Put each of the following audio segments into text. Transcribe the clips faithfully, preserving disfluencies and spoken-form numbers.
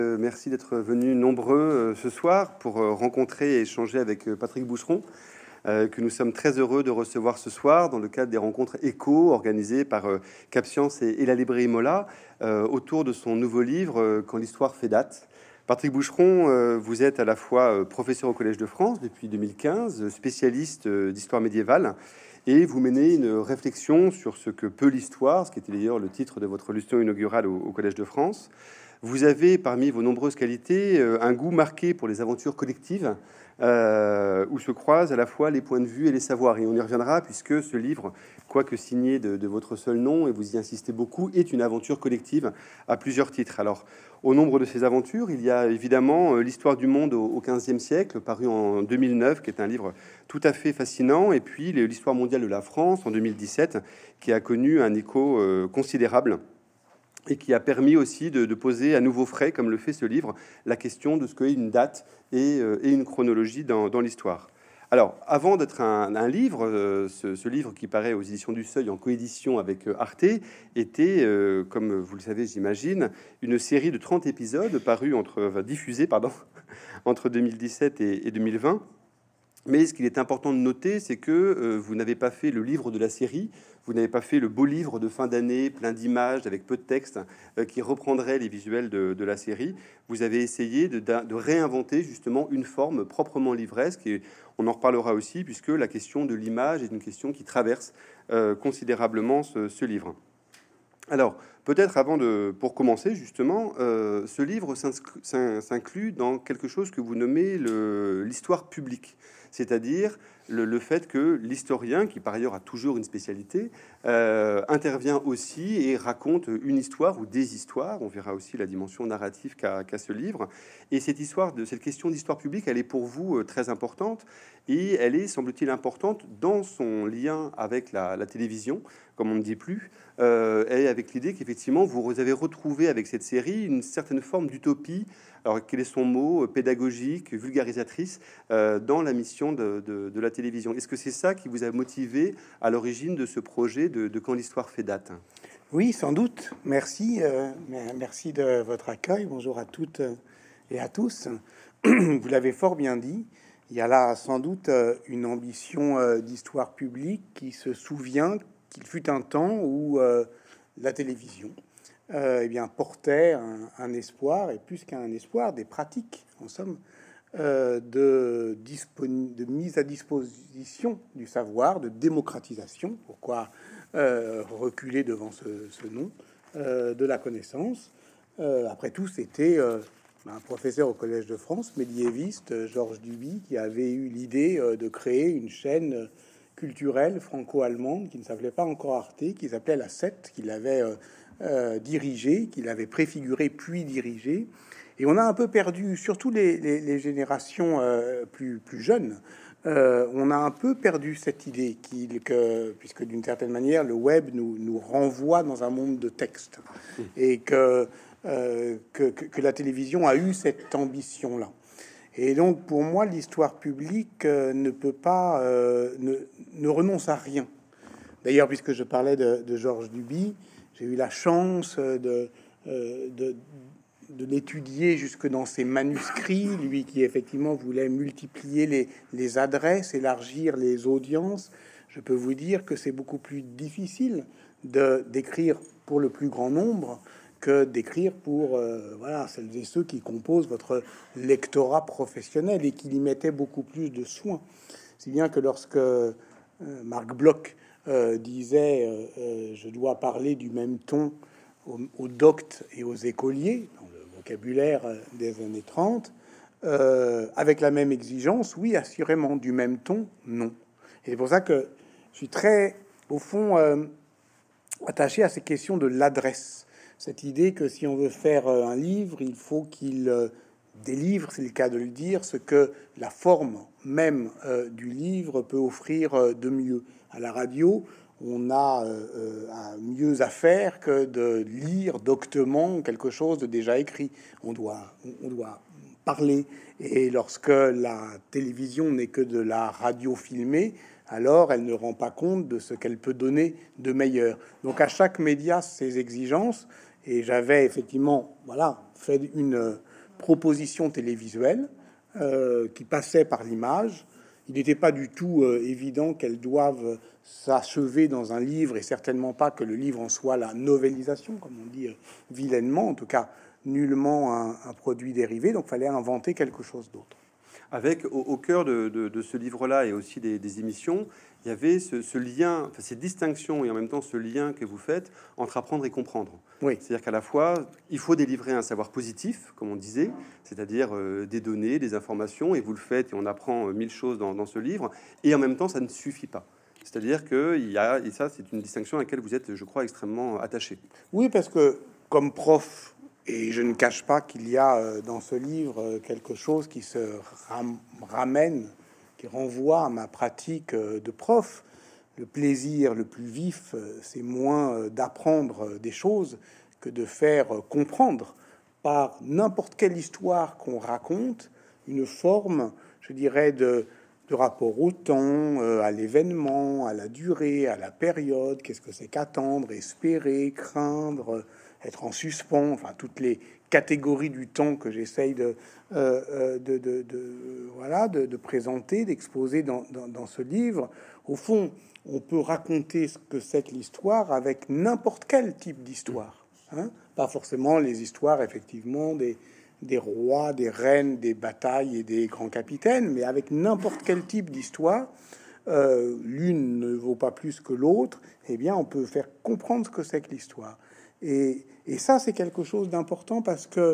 Euh, merci d'être venus nombreux euh, ce soir pour euh, rencontrer et échanger avec euh, Patrick Boucheron, euh, que nous sommes très heureux de recevoir ce soir dans le cadre des rencontres écho organisées par euh, Cap Science et, et la librairie Mola euh, autour de son nouveau livre euh, Quand l'histoire fait date. Patrick Boucheron, euh, vous êtes à la fois euh, professeur au Collège de France depuis deux mille quinze, spécialiste euh, d'histoire médiévale, et vous menez une réflexion sur ce que peut l'histoire, ce qui était d'ailleurs le titre de votre leçon inaugurale au, au Collège de France. Vous avez, parmi vos nombreuses qualités, euh, un goût marqué pour les aventures collectives, euh, où se croisent à la fois les points de vue et les savoirs. Et on y reviendra, puisque ce livre, quoique signé de, de votre seul nom, et vous y insistez beaucoup, est une aventure collective à plusieurs titres. Alors, au nombre de ces aventures, il y a évidemment euh, l'histoire du monde au, au quinzième siècle, paru en deux mille neuf, qui est un livre tout à fait fascinant, et puis l'histoire mondiale de la France en deux mille dix-sept, qui a connu un écho euh, considérable, et qui a permis aussi de, de poser à nouveau frais, comme le fait ce livre, la question de ce qu'est une date et, euh, et une chronologie dans, dans l'histoire. Alors, avant d'être un, un livre, euh, ce, ce livre qui paraît aux éditions du Seuil en coédition avec euh, Arte, était, euh, comme vous le savez, j'imagine, une série de trente épisodes parus entre, enfin, diffusés pardon, entre deux mille dix-sept et, et deux mille vingt. Mais ce qu'il est important de noter, c'est que euh, vous n'avez pas fait le livre de la série, vous n'avez pas fait le beau livre de fin d'année, plein d'images, avec peu de texte, euh, qui reprendrait les visuels de, de la série. Vous avez essayé de, de réinventer justement une forme proprement livresque, et on en reparlera aussi, puisque la question de l'image est une question qui traverse euh, considérablement ce, ce livre. Alors, peut-être avant de, pour commencer justement, euh, ce livre s'inclut dans quelque chose que vous nommez l'histoire publique, c'est-à-dire le, le fait que l'historien, qui par ailleurs a toujours une spécialité, euh, intervient aussi et raconte une histoire ou des histoires. On verra aussi la dimension narrative qu'a qu'a ce livre. Et cette histoire, de cette question d'histoire publique, elle est pour vous euh, très importante, et elle est, semble-t-il, importante dans son lien avec la, la télévision, comme on ne dit plus, euh, et avec l'idée qu'effectivement vous avez retrouvé avec cette série une certaine forme d'utopie. Alors quel est son mot, pédagogique, vulgarisatrice, euh, dans la mission de, de, de la télévision. Est-ce que c'est ça qui vous a motivé à l'origine de ce projet de, de Quand l'histoire fait date? Oui, sans doute. Merci, euh, merci de votre accueil. Bonjour à toutes et à tous. Vous l'avez fort bien dit. Il y a là sans doute une ambition euh, d'histoire publique qui se souvient qu'il fut un temps où euh, la télévision euh, eh bien, portait un, un espoir, et plus qu'un espoir, des pratiques, en somme, euh, de, de mise à disposition du savoir, de démocratisation. Pourquoi euh, reculer devant ce, ce nom euh, de la connaissance? euh, Après tout, c'était euh, un professeur au Collège de France, médiéviste, Georges Duby, qui avait eu l'idée euh, de créer une chaîne culturelle franco-allemande qui ne s'appelait pas encore Arte, qui s'appelait La sept, qu'il avait euh, euh, dirigé, qu'il avait préfiguré puis dirigé. Et on a un peu perdu, surtout les, les, les générations euh, plus, plus jeunes, euh, on a un peu perdu cette idée qu'il, que, puisque d'une certaine manière, le web nous, nous renvoie dans un monde de texte, et que, euh, que, que, que la télévision a eu cette ambition-là. Et donc, pour moi, l'histoire publique euh, ne peut pas, euh, ne, ne renonce à rien. D'ailleurs, puisque je parlais de, de Georges Duby, j'ai eu la chance de, euh, de, de l'étudier jusque dans ses manuscrits, lui qui effectivement voulait multiplier les, les adresses, élargir les audiences. Je peux vous dire que c'est beaucoup plus difficile de d'écrire pour le plus grand nombre que d'écrire pour euh, voilà, celles et ceux qui composent votre lectorat professionnel, et qui y mettaient beaucoup plus de soin. Si bien que lorsque euh, Marc Bloch euh, disait euh, euh, je dois parler du même ton aux, aux doctes et aux écoliers, dans le vocabulaire des années trente, euh, avec la même exigence, oui, assurément, du même ton, non. Et c'est pour ça que je suis très, au fond, euh, attaché à ces questions de l'adresse. Cette idée que si on veut faire un livre, il faut qu'il euh, délivre, c'est le cas de le dire, ce que la forme même euh, du livre peut offrir euh, de mieux. À la radio, on a euh, euh, mieux à faire que de lire doctement quelque chose de déjà écrit. On doit, on doit parler. Et lorsque la télévision n'est que de la radio filmée, alors elle ne rend pas compte de ce qu'elle peut donner de meilleur. Donc à chaque média, ses exigences. Et j'avais effectivement, voilà, fait une proposition télévisuelle euh, qui passait par l'image. Il n'était pas du tout euh, évident qu'elles doivent s'achever dans un livre, et certainement pas que le livre en soit la novélisation, comme on dit euh, vilainement, en tout cas nullement un, un produit dérivé. Donc, il fallait inventer quelque chose d'autre. Avec au, au cœur de, de, de ce livre-là et aussi des, des émissions, il y avait ce, ce lien, enfin, ces distinctions et en même temps ce lien que vous faites entre apprendre et comprendre. Oui. C'est-à-dire qu'à la fois, il faut délivrer un savoir positif, comme on disait, c'est-à-dire euh, des données, des informations, et vous le faites et on apprend euh, mille choses dans, dans ce livre, et en même temps, ça ne suffit pas. C'est-à-dire qu'il y a, et ça, c'est une distinction à laquelle vous êtes, je crois, extrêmement attaché. Oui, parce que comme prof, et je ne cache pas qu'il y a euh, dans ce livre euh, quelque chose qui se ram ramène, qui renvoie à ma pratique euh, de prof. Le plaisir le plus vif, euh, c'est moins euh, d'apprendre euh, des choses que de faire euh, comprendre par n'importe quelle histoire qu'on raconte une forme, je dirais, de, de rapport au temps, euh, à l'événement, à la durée, à la période. Qu'est-ce que c'est qu'attendre, espérer, craindre, être en suspens, enfin toutes les catégories du temps que j'essaye de, euh, de, de, de, voilà, de, de présenter, d'exposer dans, dans, dans ce livre. Au fond, on peut raconter ce que c'est que l'histoire avec n'importe quel type d'histoire, hein, pas forcément les histoires effectivement des, des rois, des reines, des batailles et des grands capitaines, mais avec n'importe quel type d'histoire. Euh, l'une ne vaut pas plus que l'autre, eh bien on peut faire comprendre ce que c'est que l'histoire. Et, et ça, c'est quelque chose d'important parce que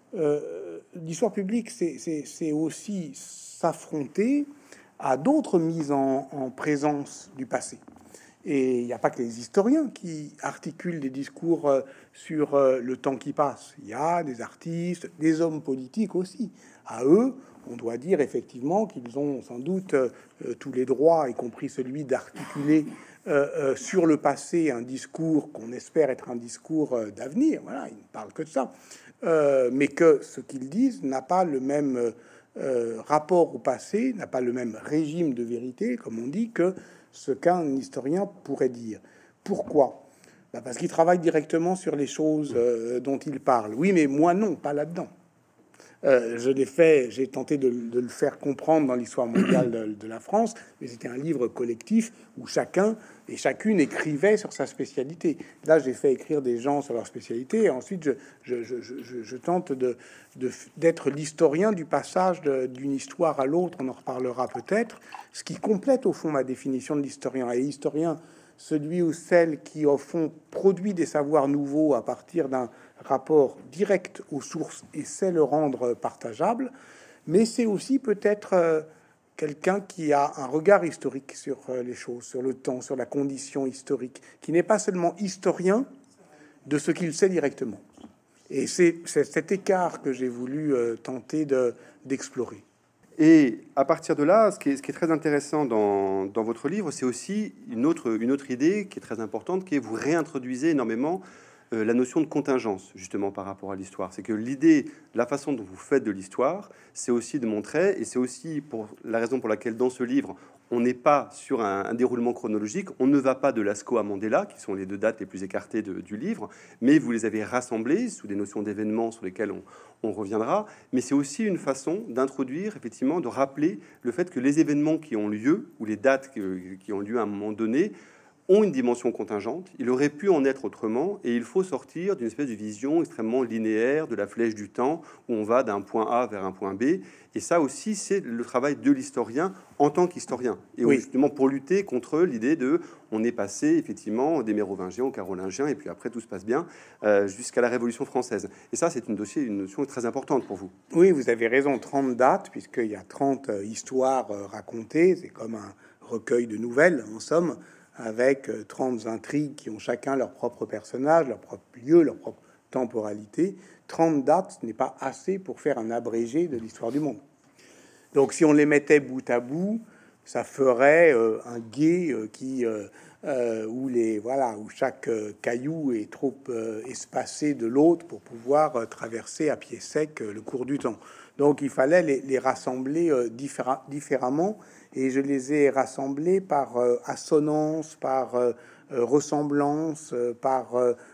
euh, l'histoire publique, c'est aussi s'affronter à d'autres mises en, en présence du passé. Et il n'y a pas que les historiens qui articulent des discours euh, sur euh, le temps qui passe. Il y a des artistes, des hommes politiques aussi. À eux, on doit dire effectivement qu'ils ont sans doute euh, tous les droits, y compris celui d'articuler Euh, euh, sur le passé un discours qu'on espère être un discours euh, d'avenir. Voilà, ils ne parlent que de ça. Euh, mais que ce qu'ils disent n'a pas le même euh, rapport au passé, n'a pas le même régime de vérité, comme on dit, que ce qu'un historien pourrait dire. Pourquoi? Ben parce qu'il travaille directement sur les choses euh, dont il parle. Oui, mais moi non, pas là-dedans. Euh, je l'ai fait, j'ai tenté de, de le faire comprendre dans l'histoire mondiale de, de la France, mais c'était un livre collectif où chacun et chacune écrivait sur sa spécialité. Là, j'ai fait écrire des gens sur leur spécialité, et ensuite je, je, je, je, je tente de, de, d'être l'historien du passage d'une histoire à l'autre. On en reparlera peut-être, ce qui complète au fond ma définition de l'historien. Et historien, celui ou celle qui, au fond, produit des savoirs nouveaux à partir d'un rapport direct aux sources et sait le rendre partageable, mais c'est aussi peut-être euh, quelqu'un qui a un regard historique sur euh, les choses, sur le temps, sur la condition historique, qui n'est pas seulement historien de ce qu'il sait directement. Et c'est cet écart que j'ai voulu euh, tenter de, d'explorer. Et à partir de là, ce qui est, ce qui est très intéressant dans, dans votre livre, c'est aussi une autre, une autre idée qui est très importante, qui est vous réintroduisez énormément euh, la notion de contingence, justement, par rapport à l'histoire. C'est que l'idée, la façon dont vous faites de l'histoire, c'est aussi de montrer, et c'est aussi pour la raison pour laquelle dans ce livre, on n'est pas sur un, un déroulement chronologique, on ne va pas de Lascaux à Mandela, qui sont les deux dates les plus écartées de, du livre, mais vous les avez rassemblées sous des notions d'événements sur lesquels on, on reviendra. Mais c'est aussi une façon d'introduire, effectivement, de rappeler le fait que les événements qui ont lieu, ou les dates qui, qui ont lieu à un moment donné, ont une dimension contingente. Il aurait pu en être autrement, et il faut sortir d'une espèce de vision extrêmement linéaire de la flèche du temps, où on va d'un point A vers un point B. Et ça aussi, c'est le travail de l'historien en tant qu'historien. Et oui, justement pour lutter contre l'idée de, on est passé effectivement des Mérovingiens aux Carolingiens, et puis après tout se passe bien, euh, jusqu'à la Révolution française. Et ça, c'est une, dossier, une notion très importante pour vous. Oui, vous avez raison, trente dates, puisqu'il y a trente euh, histoires euh, racontées. C'est comme un recueil de nouvelles, en somme, avec trente intrigues qui ont chacun leur propre personnage, leur propre lieu, leur propre temporalité. trente dates, ce n'est pas assez pour faire un abrégé de l'histoire du monde. Donc si on les mettait bout à bout, ça ferait euh, un gué euh, qui, euh, euh, où, les, voilà, où chaque euh, caillou est trop euh, espacé de l'autre pour pouvoir euh, traverser à pied sec euh, le cours du temps. Donc il fallait les, les rassembler euh, différa différemment, et je les ai rassemblés par euh, assonance, par euh, euh, ressemblance, euh, par euh,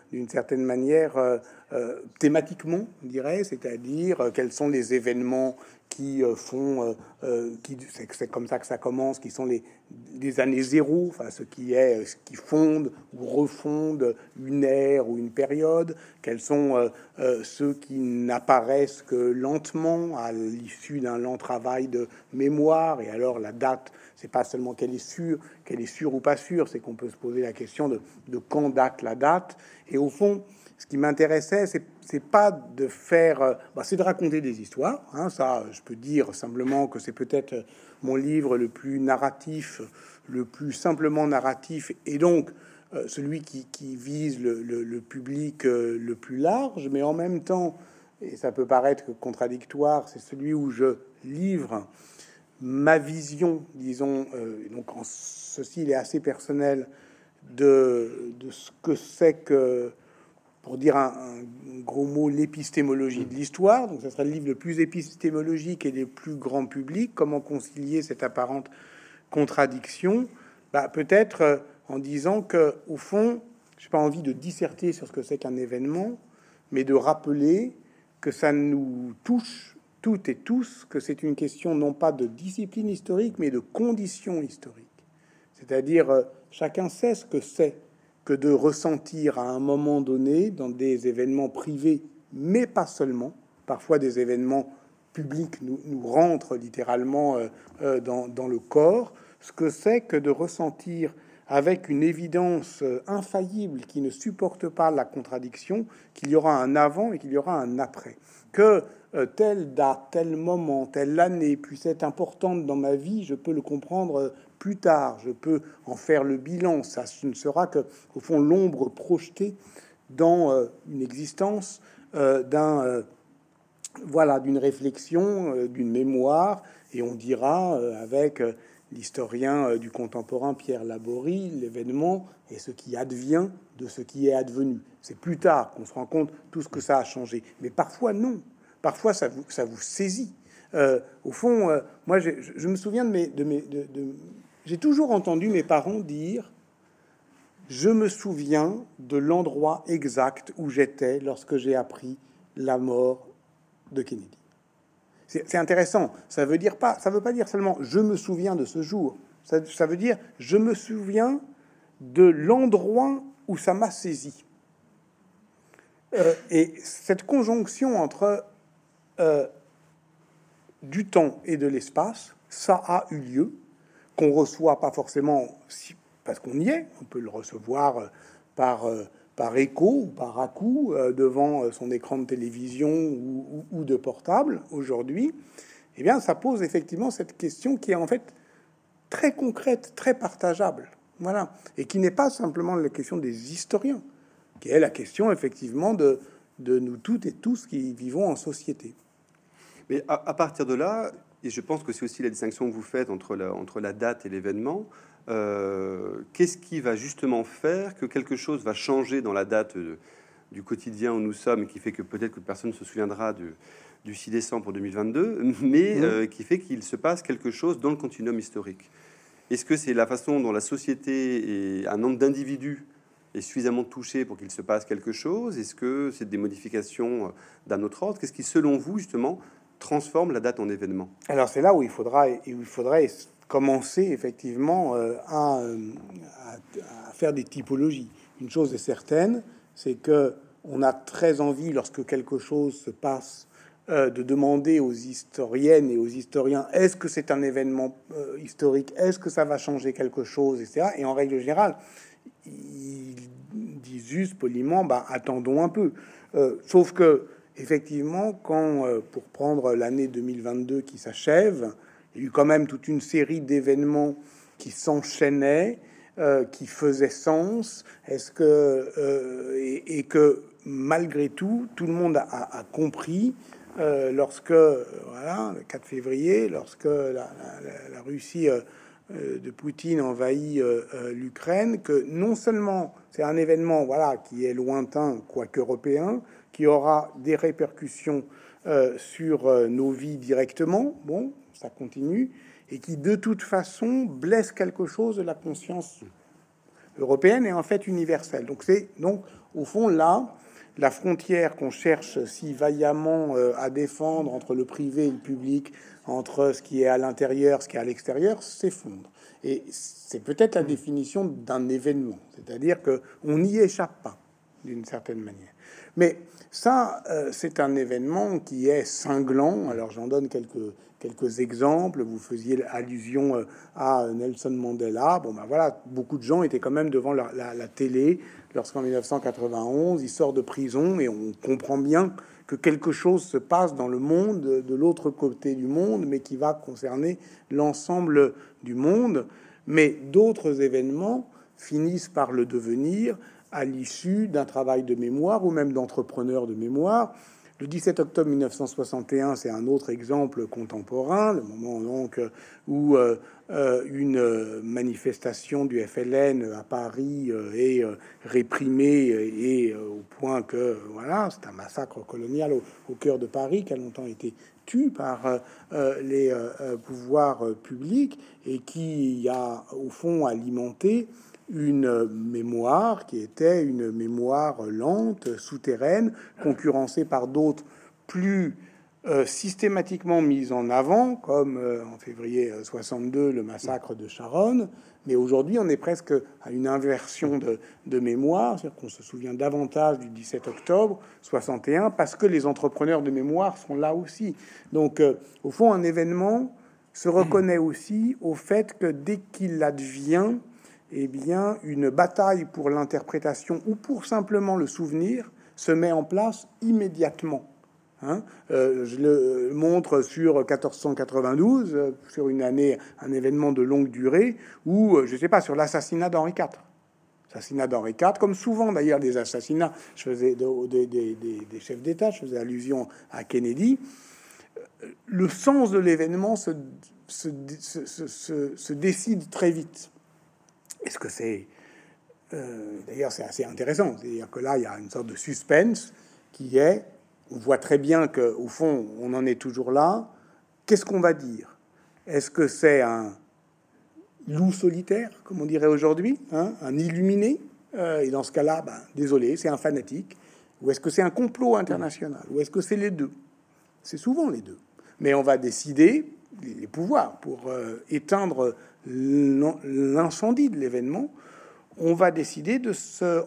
d'une certaine manière euh, euh, thématiquement, on dirait, c'est-à-dire euh, quels sont les événements qui euh, font, euh, euh, qui c'est, c'est comme ça que ça commence, qui sont les, les années zéro, enfin ce qui est, ce qui fonde ou refonde une ère ou une période, quels sont euh, euh, ceux qui n'apparaissent que lentement à l'issue d'un lent travail de mémoire, et alors la date, c'est pas seulement qu'elle est sûre, qu'elle est sûre ou pas sûre, c'est qu'on peut se poser la question de, de quand date la date, et au fond, ce qui m'intéressait, c'est, c'est pas de faire, euh, bah, c'est de raconter des histoires. Hein, ça, je peux dire simplement que c'est peut-être mon livre le plus narratif, le plus simplement narratif, et donc euh, celui qui, qui vise le, le, le public euh, le plus large. Mais en même temps, et ça peut paraître contradictoire, c'est celui où je livre ma vision, disons. Euh, donc en ceci, il est assez personnel de, de ce que c'est que, pour dire un, un gros mot, l'épistémologie de l'histoire. Donc, ça sera le livre le plus épistémologique et le plus grand public. Comment concilier cette apparente contradiction? Bah, peut-être euh, en disant que, au fond, j'ai pas envie de disserter sur ce que c'est qu'un événement, mais de rappeler que ça nous touche toutes et tous, que c'est une question non pas de discipline historique, mais de conditions historiques. C'est-à-dire, euh, chacun sait ce que c'est que de ressentir à un moment donné, dans des événements privés, mais pas seulement, parfois des événements publics nous, nous rentrent littéralement euh, euh, dans, dans le corps, ce que c'est que de ressentir avec une évidence euh, infaillible qui ne supporte pas la contradiction, qu'il y aura un avant et qu'il y aura un après. Que euh, telle date, tel moment, telle année puisse être importante dans ma vie, je peux le comprendre euh, plus tard, je peux en faire le bilan. Ça ce ne sera que, au fond, l'ombre projetée dans euh, une existence euh, d'un euh, voilà, d'une réflexion, euh, d'une mémoire, et on dira euh, avec euh, l'historien euh, du contemporain Pierre Laborie, l'événement est ce qui advient de ce qui est advenu. C'est plus tard qu'on se rend compte tout ce que ça a changé, mais parfois non, parfois ça vous, ça vous saisit. Euh, au fond, euh, moi je, je me souviens de mes, de mes de, de, j'ai toujours entendu mes parents dire: je me souviens de l'endroit exact où j'étais lorsque j'ai appris la mort de Kennedy. C'est, c'est intéressant. Ça veut dire pas, ça veut pas dire seulement je me souviens de ce jour. Ça, ça veut dire je me souviens de l'endroit où ça m'a saisi. Euh, et cette conjonction entre euh, du temps et de l'espace, ça a eu lieu, qu'on reçoit pas forcément si, parce qu'on y est. On peut le recevoir par euh, par écho ou par à-coup euh, devant son écran de télévision ou, ou, ou de portable aujourd'hui. Eh bien, ça pose effectivement cette question qui est en fait très concrète, très partageable, voilà, et qui n'est pas simplement la question des historiens, qui est la question effectivement de de nous toutes et tous qui vivons en société. Mais à, à partir de là, et je pense que c'est aussi la distinction que vous faites entre la, entre la date et l'événement, euh, qu'est-ce qui va justement faire que quelque chose va changer dans la date de, du quotidien où nous sommes, qui fait que peut-être que personne ne se souviendra du, du six décembre deux mille vingt-deux, mais mmh. euh, qui fait qu'il se passe quelque chose dans le continuum historique? Est-ce que c'est la façon dont la société et un nombre d'individus est suffisamment touché pour qu'il se passe quelque chose? Est-ce que c'est des modifications d'un autre ordre? Qu'est-ce qui, selon vous, justement, transforme la date en événement? Alors c'est là où il faudra, où il faudrait commencer effectivement euh, à, à, à faire des typologies. Une chose est certaine, c'est que on a très envie, lorsque quelque chose se passe, euh, de demander aux historiennes et aux historiens: est-ce que c'est un événement euh, historique? Est-ce que ça va changer quelque chose, et cetera. Et en règle générale, ils disent juste poliment: bah, attendons un peu. Euh, sauf que effectivement, quand, euh, pour prendre l'année deux mille vingt-deux qui s'achève, il y a eu quand même toute une série d'événements qui s'enchaînaient, euh, qui faisaient sens. Est-ce que euh, et, et que malgré tout, tout le monde a, a compris euh, lorsque, euh, voilà, le quatre février, lorsque la, la, la Russie euh, de Poutine envahit euh, euh, l'Ukraine, que non seulement c'est un événement, voilà, qui est lointain, quoique européen, qui aura des répercussions euh, sur euh, nos vies directement, bon, ça continue, et qui de toute façon blesse quelque chose de la conscience européenne est en fait universelle. Donc c'est donc au fond là la frontière qu'on cherche si vaillamment euh, à défendre entre le privé et le public, entre ce qui est à l'intérieur, ce qui est à l'extérieur, s'effondre. Et c'est peut-être la définition d'un événement, c'est-à-dire que on n'y échappe pas d'une certaine manière. Mais ça, euh, c'est un événement qui est cinglant. Alors j'en donne quelques quelques exemples. Vous faisiez allusion euh, à Nelson Mandela. Bon, ben voilà, beaucoup de gens étaient quand même devant la, la, la télé lorsqu'en mille neuf cent quatre-vingt-onze, il sort de prison et on comprend bien que quelque chose se passe dans le monde, de l'autre côté du monde, mais qui va concerner l'ensemble du monde. Mais d'autres événements finissent par le devenir à l'issue d'un travail de mémoire ou même d'entrepreneur de mémoire. Le dix-sept octobre mille neuf cent soixante et un, c'est un autre exemple contemporain, le moment donc où euh, une manifestation du F L N à Paris euh, est euh, réprimée et euh, au point que voilà, c'est un massacre colonial au, au cœur de Paris qui a longtemps été tué par euh, les euh, pouvoirs publics et qui a au fond alimenté une mémoire qui était une mémoire lente, souterraine, concurrencée par d'autres plus euh, systématiquement mises en avant, comme euh, en février soixante-deux, le massacre de Charonne. Mais aujourd'hui, on est presque à une inversion de, de mémoire, c'est-à-dire qu'on se souvient davantage du dix-sept octobre soixante et un parce que les entrepreneurs de mémoire sont là aussi. Donc, euh, au fond, un événement se reconnaît aussi au fait que dès qu'il advient, eh bien, une bataille pour l'interprétation ou pour simplement le souvenir se met en place immédiatement. Hein euh, je le montre sur quatorze cent quatre-vingt-douze, euh, sur une année, un événement de longue durée, ou, euh, je ne sais pas, sur l'assassinat d'Henri quatre. L'assassinat d'Henri quatre, comme souvent d'ailleurs des assassinats, je faisais de, de, de, de, des chefs d'État, je faisais allusion à Kennedy. Le sens de l'événement se, se, se, se, se décide très vite. Est-ce que c'est... Euh, d'ailleurs, c'est assez intéressant. C'est-à-dire que là, il y a une sorte de suspense qui est... On voit très bien qu'au fond, on en est toujours là. Qu'est-ce qu'on va dire? Est-ce que c'est un loup solitaire, comme on dirait aujourd'hui, hein, un illuminé? euh, Et dans ce cas-là, ben, désolé, c'est un fanatique. Ou est-ce que c'est un complot international? Ou est-ce que c'est les deux? C'est souvent les deux. Mais on va décider, les pouvoirs, pour euh, éteindre l'incendie de l'événement, on va décider de ce, euh,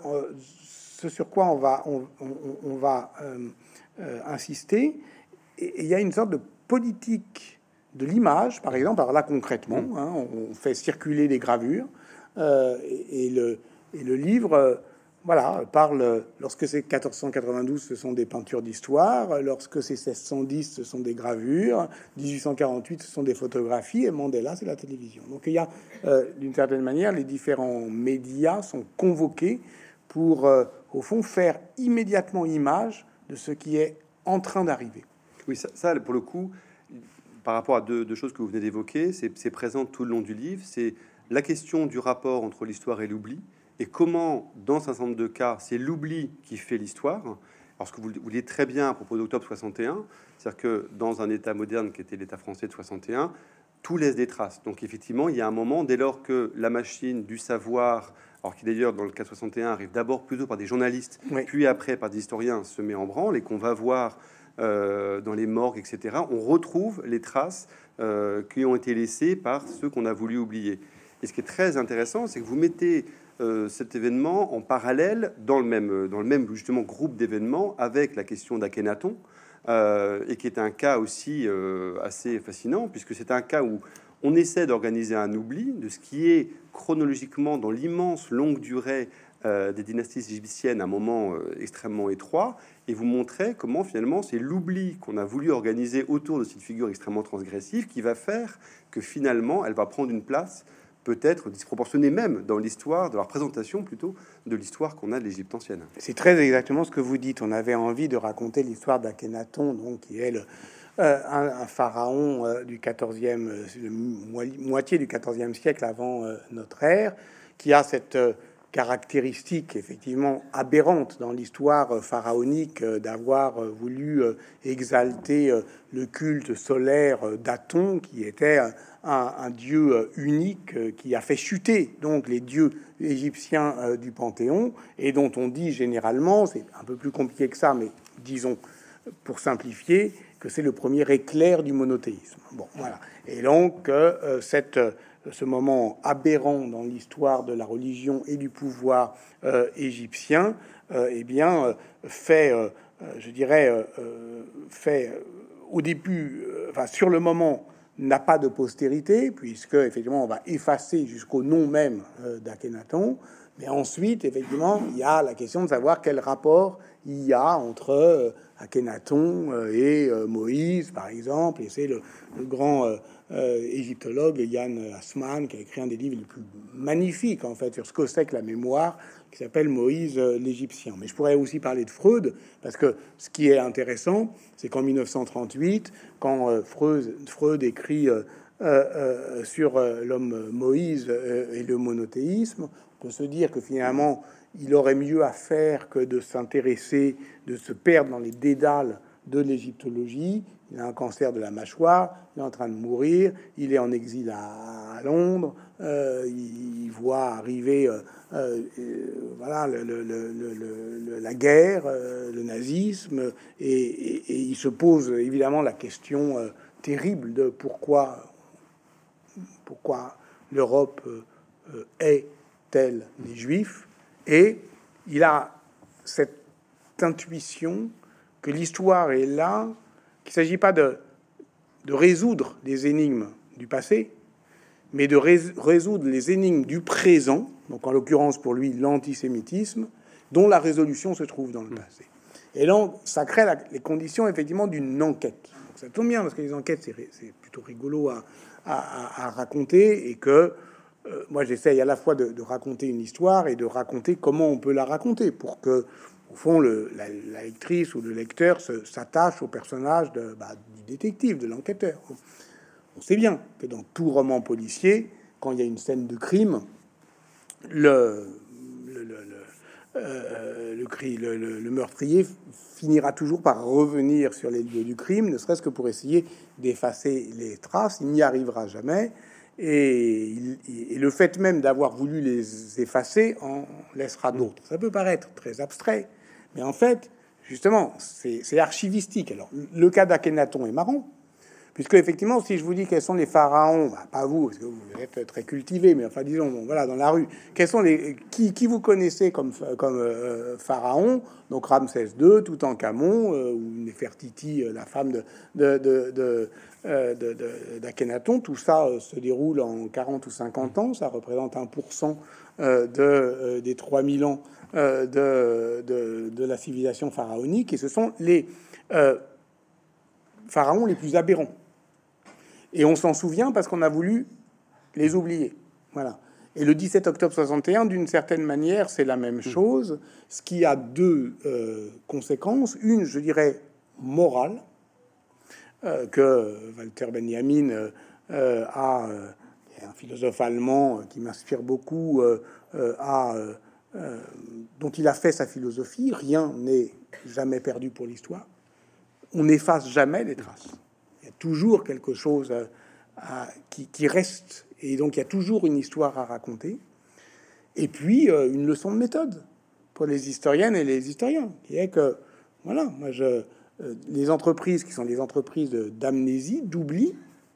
ce sur quoi on va, on, on, on va euh, euh, insister. Et il y a une sorte de politique de l'image, par exemple. Alors là, concrètement, hein, on fait circuler des gravures euh, et, et, le, et le livre... Euh, Voilà, parle, lorsque c'est quatorze cent quatre-vingt-douze, ce sont des peintures d'histoire. Lorsque c'est seize cent dix, ce sont des gravures. dix-huit cent quarante-huit, ce sont des photographies. Et Mandela, c'est la télévision. Donc il y a, euh, d'une certaine manière, les différents médias sont convoqués pour, euh, au fond, faire immédiatement image de ce qui est en train d'arriver. Oui, ça, ça, pour le coup, par rapport à deux, deux choses que vous venez d'évoquer, c'est présent tout le long du livre. C'est la question du rapport entre l'histoire et l'oubli. Et comment, dans un certain nombre de cas, c'est l'oubli qui fait l'histoire. Alors, ce que vous, vous dites très bien à propos d'octobre soixante et un, c'est-à-dire que dans un État moderne qui était l'État français de soixante et un, tout laisse des traces. Donc, effectivement, il y a un moment, dès lors que la machine du savoir, alors qui d'ailleurs, dans le cas de soixante et un, arrive d'abord plutôt par des journalistes, oui. puis après par des historiens, se met en branle et qu'on va voir euh, dans les morgues, et cetera, on retrouve les traces euh, qui ont été laissées par ceux qu'on a voulu oublier. Et ce qui est très intéressant, c'est que vous mettez Euh, cet événement en parallèle dans le même, dans le même justement groupe d'événements avec la question d'Akhenaton euh, et qui est un cas aussi euh, assez fascinant puisque c'est un cas où on essaie d'organiser un oubli de ce qui est chronologiquement dans l'immense longue durée euh, des dynasties égyptiennes, un moment euh, extrêmement étroit, et vous montrer comment finalement c'est l'oubli qu'on a voulu organiser autour de cette figure extrêmement transgressive qui va faire que finalement elle va prendre une place peut-être disproportionnée même dans l'histoire, de la représentation plutôt, de l'histoire qu'on a de l'Égypte ancienne. C'est très exactement ce que vous dites. On avait envie de raconter l'histoire d'Akhenaton, donc qui est le, euh, un, un pharaon euh, du quatorzième, euh, moitié du quatorzième siècle avant euh, notre ère, qui a cette, euh, caractéristique effectivement aberrante dans l'histoire pharaonique d'avoir voulu exalter le culte solaire d'Aton, qui était un, un dieu unique qui a fait chuter donc les dieux égyptiens du Panthéon, et dont on dit généralement, c'est un peu plus compliqué que ça, mais disons pour simplifier, que c'est le premier éclair du monothéisme. Bon, voilà. Et donc euh, cette ce moment aberrant dans l'histoire de la religion et du pouvoir euh, égyptien, euh, eh bien, euh, fait, euh, je dirais, euh, fait euh, au début, euh, enfin, sur le moment, n'a pas de postérité, puisque, effectivement, on va effacer jusqu'au nom même euh, d'Akhenaton. Mais ensuite, effectivement, il y a la question de savoir quel rapport il y a entre euh, Akhenaton euh, et euh, Moïse, par exemple. Et c'est le, le grand euh, euh, égyptologue Yann Assmann qui a écrit un des livres les plus magnifiques, en fait, sur ce que c'est que la mémoire, qui s'appelle Moïse euh, l'Égyptien. Mais je pourrais aussi parler de Freud, parce que ce qui est intéressant, c'est qu'en mille neuf cent trente-huit, quand euh, Freud, Freud écrit euh, euh, euh, sur euh, l'homme Moïse euh, et le monothéisme, on peut se dire que finalement, il aurait mieux à faire que de s'intéresser, de se perdre dans les dédales de l'égyptologie. Il a un cancer de la mâchoire, il est en train de mourir, il est en exil à, à Londres, euh, il, il voit arriver euh, euh, voilà, le, le, le, le, la guerre, euh, le nazisme, et, et, et il se pose évidemment la question euh, terrible de pourquoi, pourquoi l'Europe euh, est telle les Juifs, et il a cette intuition que l'histoire est là, qu'il ne s'agit pas de, de résoudre les énigmes du passé, mais de rés résoudre les énigmes du présent, donc en l'occurrence pour lui l'antisémitisme, dont la résolution se trouve dans le passé. Et donc ça crée la, les conditions effectivement d'une enquête. Donc, ça tombe bien parce que les enquêtes c'est plutôt rigolo à, à, à raconter, et que euh, moi j'essaye à la fois de, de raconter une histoire et de raconter comment on peut la raconter pour que au fond, le, la, la lectrice ou le lecteur s'attache au personnage de, bah, du détective, de l'enquêteur. On sait bien que dans tout roman policier, quand il y a une scène de crime, le, le, le, le, euh, le, cri, le, le, le meurtrier finira toujours par revenir sur les lieux du crime, ne serait-ce que pour essayer d'effacer les traces. Il n'y arrivera jamais. Et, il, et le fait même d'avoir voulu les effacer en laissera d'autres. Ça peut paraître très abstrait, mais en fait, justement, c'est archivistique. Alors, le cas d'Akhenaton est marrant, puisque effectivement, si je vous dis quels sont les pharaons, bah, pas vous, parce que vous êtes très cultivé, mais enfin, disons, bon, voilà, dans la rue, quels sont les qui, qui vous connaissez comme comme euh, pharaon? Donc Ramsès deux, Toutankhamon, euh, ou Néfertiti, euh, la femme de de, de, de d'Akhenaton. Tout ça euh, se déroule en quarante ou cinquante ans. Ça représente un pour cent euh, de, euh, des trois mille ans euh, de, de, de la civilisation pharaonique. Et ce sont les euh, pharaons les plus aberrants. Et on s'en souvient parce qu'on a voulu les oublier. Voilà. Et le dix-sept octobre soixante et un, d'une certaine manière, c'est la même chose. Ce qui a deux euh, conséquences. Une, je dirais, morale, Euh, que Walter Benjamin euh, euh, a, euh, un philosophe allemand euh, qui m'inspire beaucoup, euh, euh, a, euh, euh, dont il a fait sa philosophie. Rien n'est jamais perdu pour l'histoire. On n'efface jamais les traces. Il y a toujours quelque chose à, à, qui, qui reste, et donc il y a toujours une histoire à raconter. Et puis euh, une leçon de méthode pour les historiennes et les historiens, qui est que, voilà, moi je les entreprises qui sont des entreprises d'amnésie, d'oubli,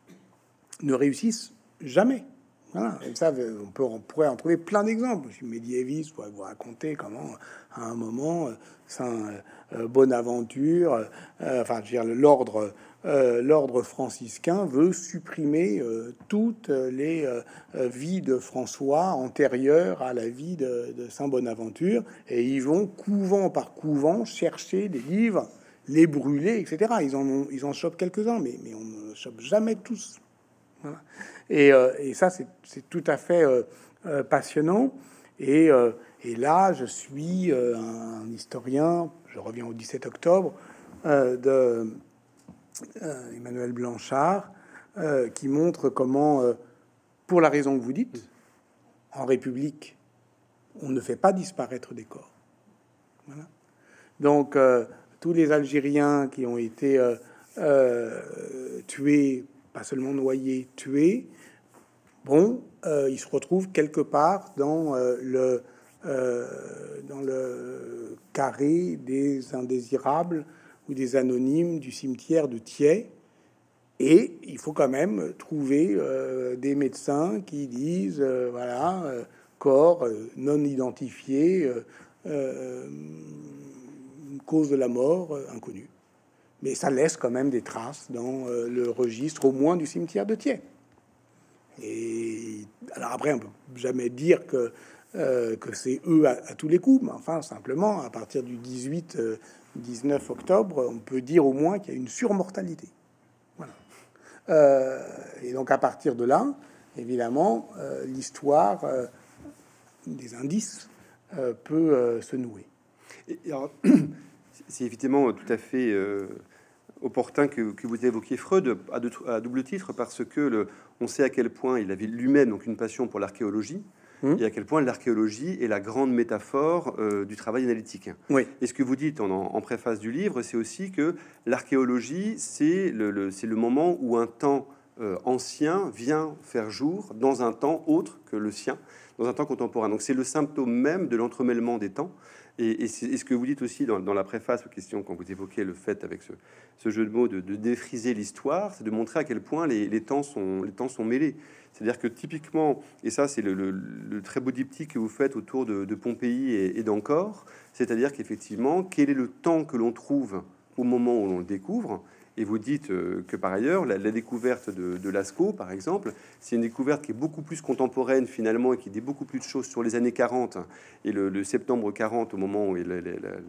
ne réussissent jamais. Voilà. Et ça, on, peut, on pourrait en trouver plein d'exemples. Je suis médiéviste, je pourrais vous raconter comment, à un moment, Saint euh, Bonaventure, euh, enfin, je veux dire, l'ordre euh, l'ordre franciscain veut supprimer euh, toutes les euh, vies de François antérieures à la vie de, de Saint Bonaventure, et ils vont couvent par couvent chercher des livres, les brûler, et cetera. Ils en ont, ils en chopent quelques-uns, mais, mais on ne chope jamais tous. Voilà. Et, euh, et ça, c'est tout à fait euh, euh, passionnant. Et, euh, et là, je suis euh, un historien, je reviens au dix-sept octobre, euh, de euh, Emmanuel Blanchard, euh, qui montre comment, euh, pour la raison que vous dites, en République, on ne fait pas disparaître des corps. Voilà. Donc, euh, tous les Algériens qui ont été euh, euh, tués, pas seulement noyés, tués, bon, euh, ils se retrouvent quelque part dans, euh, le, euh, dans le carré des indésirables ou des anonymes du cimetière de Thiais. Et il faut quand même trouver euh, des médecins qui disent, euh, voilà, euh, corps euh, non identifié, euh, euh, cause de la mort euh, inconnue. Mais ça laisse quand même des traces dans euh, le registre, au moins du cimetière de Thiais. Et alors après, on peut jamais dire que euh, que c'est eux à, à tous les coups, mais enfin simplement à partir du dix-huit dix-neuf octobre, on peut dire au moins qu'il y a une surmortalité. Voilà. Euh, et donc à partir de là, évidemment, euh, l'histoire euh, des indices euh, peut euh, se nouer. Et, alors, c'est évidemment tout à fait euh, opportun que, que vous évoquiez Freud à, de, à double titre, parce que le, on sait à quel point il avait lui-même donc une passion pour l'archéologie, mmh. et à quel point l'archéologie est la grande métaphore euh, du travail analytique. Oui. Et ce que vous dites en, en préface du livre, c'est aussi que l'archéologie, c'est le, le, c'est le moment où un temps euh, ancien vient faire jour dans un temps autre que le sien, dans un temps contemporain. Donc c'est le symptôme même de l'entremêlement des temps. Et, et, c'est, et ce que vous dites aussi dans, dans la préface aux questions, quand vous évoquez le fait avec ce, ce jeu de mots de, de défriser l'histoire, c'est de montrer à quel point les, les, temps, sont, les temps sont mêlés. C'est-à-dire que typiquement, et ça c'est le, le, le très beau diptyque que vous faites autour de, de Pompéi et, et d'Ancor, c'est-à-dire qu'effectivement, quel est le temps que l'on trouve au moment où l'on le découvre. Et vous dites euh, que par ailleurs, la, la découverte de, de Lascaux, par exemple, c'est une découverte qui est beaucoup plus contemporaine finalement et qui dit beaucoup plus de choses sur les années quarante et le, le septembre quarante, au moment où la, la, la, la,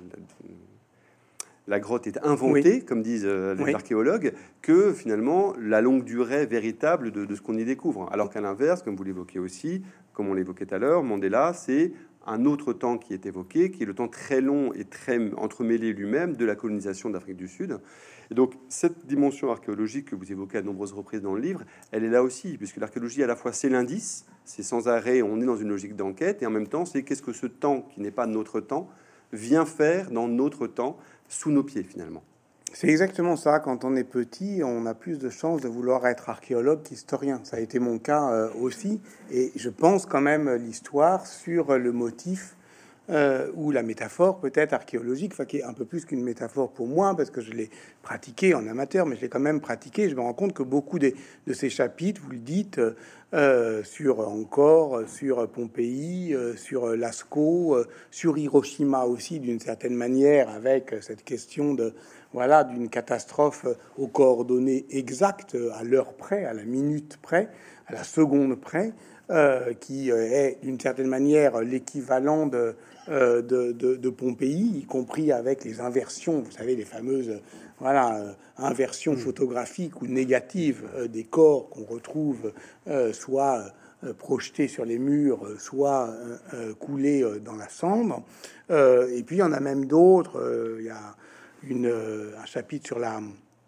la grotte est inventée, oui. comme disent euh, les oui. archéologues, que finalement la longue durée véritable de, de ce qu'on y découvre. Alors qu'à l'inverse, comme vous l'évoquez aussi, comme on l'évoquait tout à l'heure, Mandela, c'est un autre temps qui est évoqué, qui est le temps très long et très entremêlé lui-même de la colonisation d'Afrique du Sud. Et donc, cette dimension archéologique que vous évoquez à de nombreuses reprises dans le livre, elle est là aussi, puisque l'archéologie, à la fois, c'est l'indice, c'est sans arrêt, on est dans une logique d'enquête, et en même temps, c'est qu'est-ce que ce temps, qui n'est pas notre temps, vient faire dans notre temps, sous nos pieds, finalement. C'est exactement ça. Quand on est petit, on a plus de chances de vouloir être archéologue qu'historien. Ça a été mon cas euh, aussi. Et je pense quand même l'histoire sur le motif euh, ou la métaphore peut-être archéologique, enfin, qui est un peu plus qu'une métaphore pour moi, parce que je l'ai pratiqué en amateur, mais je l'ai quand même pratiqué. Je me rends compte que beaucoup des, de ces chapitres, vous le dites, euh, sur Ancor, sur Pompéi, euh, sur Lascaux, euh, sur Hiroshima aussi, d'une certaine manière, avec cette question de voilà, d'une catastrophe aux coordonnées exactes, à l'heure près, à la minute près, à la seconde près, euh, qui est d'une certaine manière l'équivalent de, euh, de, de, de Pompéi, y compris avec les inversions, vous savez, les fameuses voilà, euh, inversions photographiques ou négatives euh, des corps qu'on retrouve euh, soit euh, projetés sur les murs, soit euh, euh, coulés euh, dans la cendre. Euh, et puis il y en a même d'autres. Euh, il y a Une, un chapitre sur la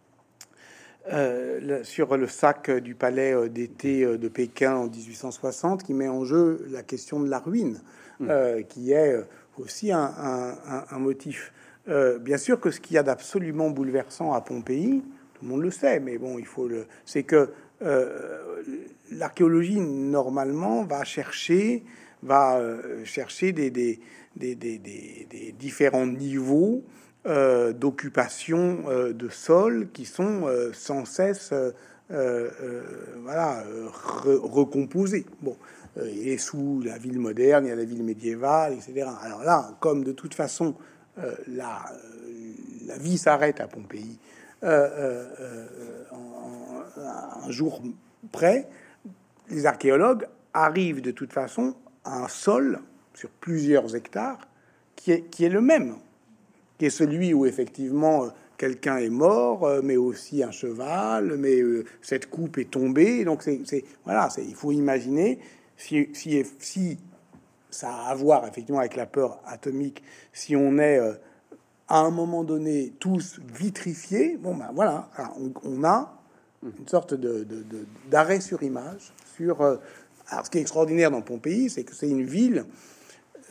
euh, le, sur le sac du palais d'été de Pékin en dix-huit cent soixante qui met en jeu la question de la ruine, mmh. euh, qui est aussi un, un, un, un motif. Euh, bien sûr que ce qu'il y a d'absolument bouleversant à Pompéi, tout le monde le sait, mais bon, il faut le, c'est que euh, l'archéologie normalement va chercher, va euh, chercher des, des, des, des, des, des différents niveaux Euh, d'occupation euh, de sol qui sont euh, sans cesse euh, euh, voilà re recomposés. Bon, euh, et sous la ville moderne, il y a la ville médiévale, et cetera. Alors là, comme de toute façon euh, la la vie s'arrête à Pompéi euh, euh, en, en, un jour près, les archéologues arrivent de toute façon à un sol sur plusieurs hectares qui est qui est le même, qui est celui où effectivement quelqu'un est mort, mais aussi un cheval, mais euh, cette coupe est tombée. Donc c'est, c'est voilà, c'est, il faut imaginer si, si si ça a à voir effectivement avec la peur atomique, si on est euh, à un moment donné tous vitrifiés, bon ben voilà, on, on a une sorte de, de, de d'arrêt sur image sur. Euh, alors ce qui est extraordinaire dans Pompéi, c'est que c'est une ville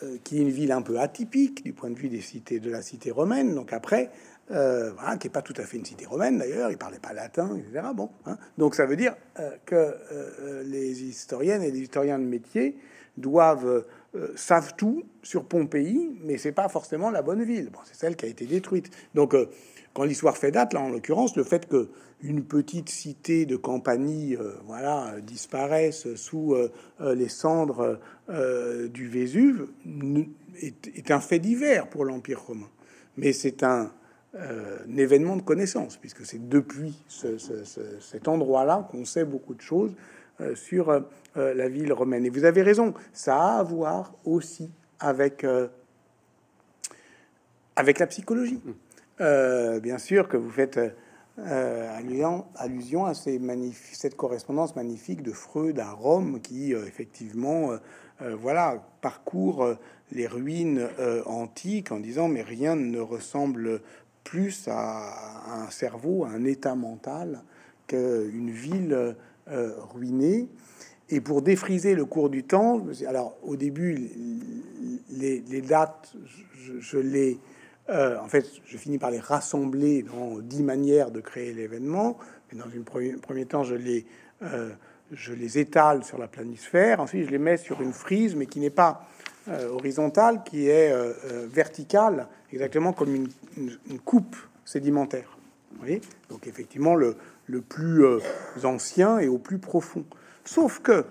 qui est une ville un peu atypique du point de vue des cités, de la cité romaine. Donc après, euh, voilà, qui est pas tout à fait une cité romaine d'ailleurs, il parlait pas latin, et cetera. Bon, hein. Donc ça veut dire euh, que euh, les historiennes et les historiens de métier doivent euh, savent tout sur Pompéi, mais c'est pas forcément la bonne ville. Bon, c'est celle qui a été détruite. Donc euh, quand l'histoire fait date, là en l'occurrence, le fait que une petite cité de Campanie, euh, voilà, disparaisse sous euh, euh, les cendres euh, du Vésuve est, est un fait divers pour l'Empire romain. Mais c'est un, euh, un événement de connaissance, puisque c'est depuis ce, ce, ce, cet endroit-là qu'on sait beaucoup de choses euh, sur euh, la ville romaine. Et vous avez raison, ça a à voir aussi avec, euh, avec la psychologie. Euh, bien sûr que vous faites... Euh, allusion, allusion à ces magnifiques, cette correspondance magnifique de Freud à Rome qui euh, effectivement euh, euh, voilà, parcourt euh, les ruines euh, antiques en disant mais rien ne ressemble plus à, à un cerveau, à un état mental qu'une ville euh, ruinée. Et pour défriser le cours du temps, alors au début les, les dates je, je les Euh, en fait, je finis par les rassembler dans dix manières de créer l'événement. Mais dans un premier, premier temps, je les, euh, je les étale sur la planisphère. Ensuite, je les mets sur une frise, mais qui n'est pas euh, horizontale, qui est euh, euh, verticale, exactement comme une, une, une coupe sédimentaire. Vous voyez ? Donc, effectivement, le, le plus euh, ancien et au plus profond. Sauf que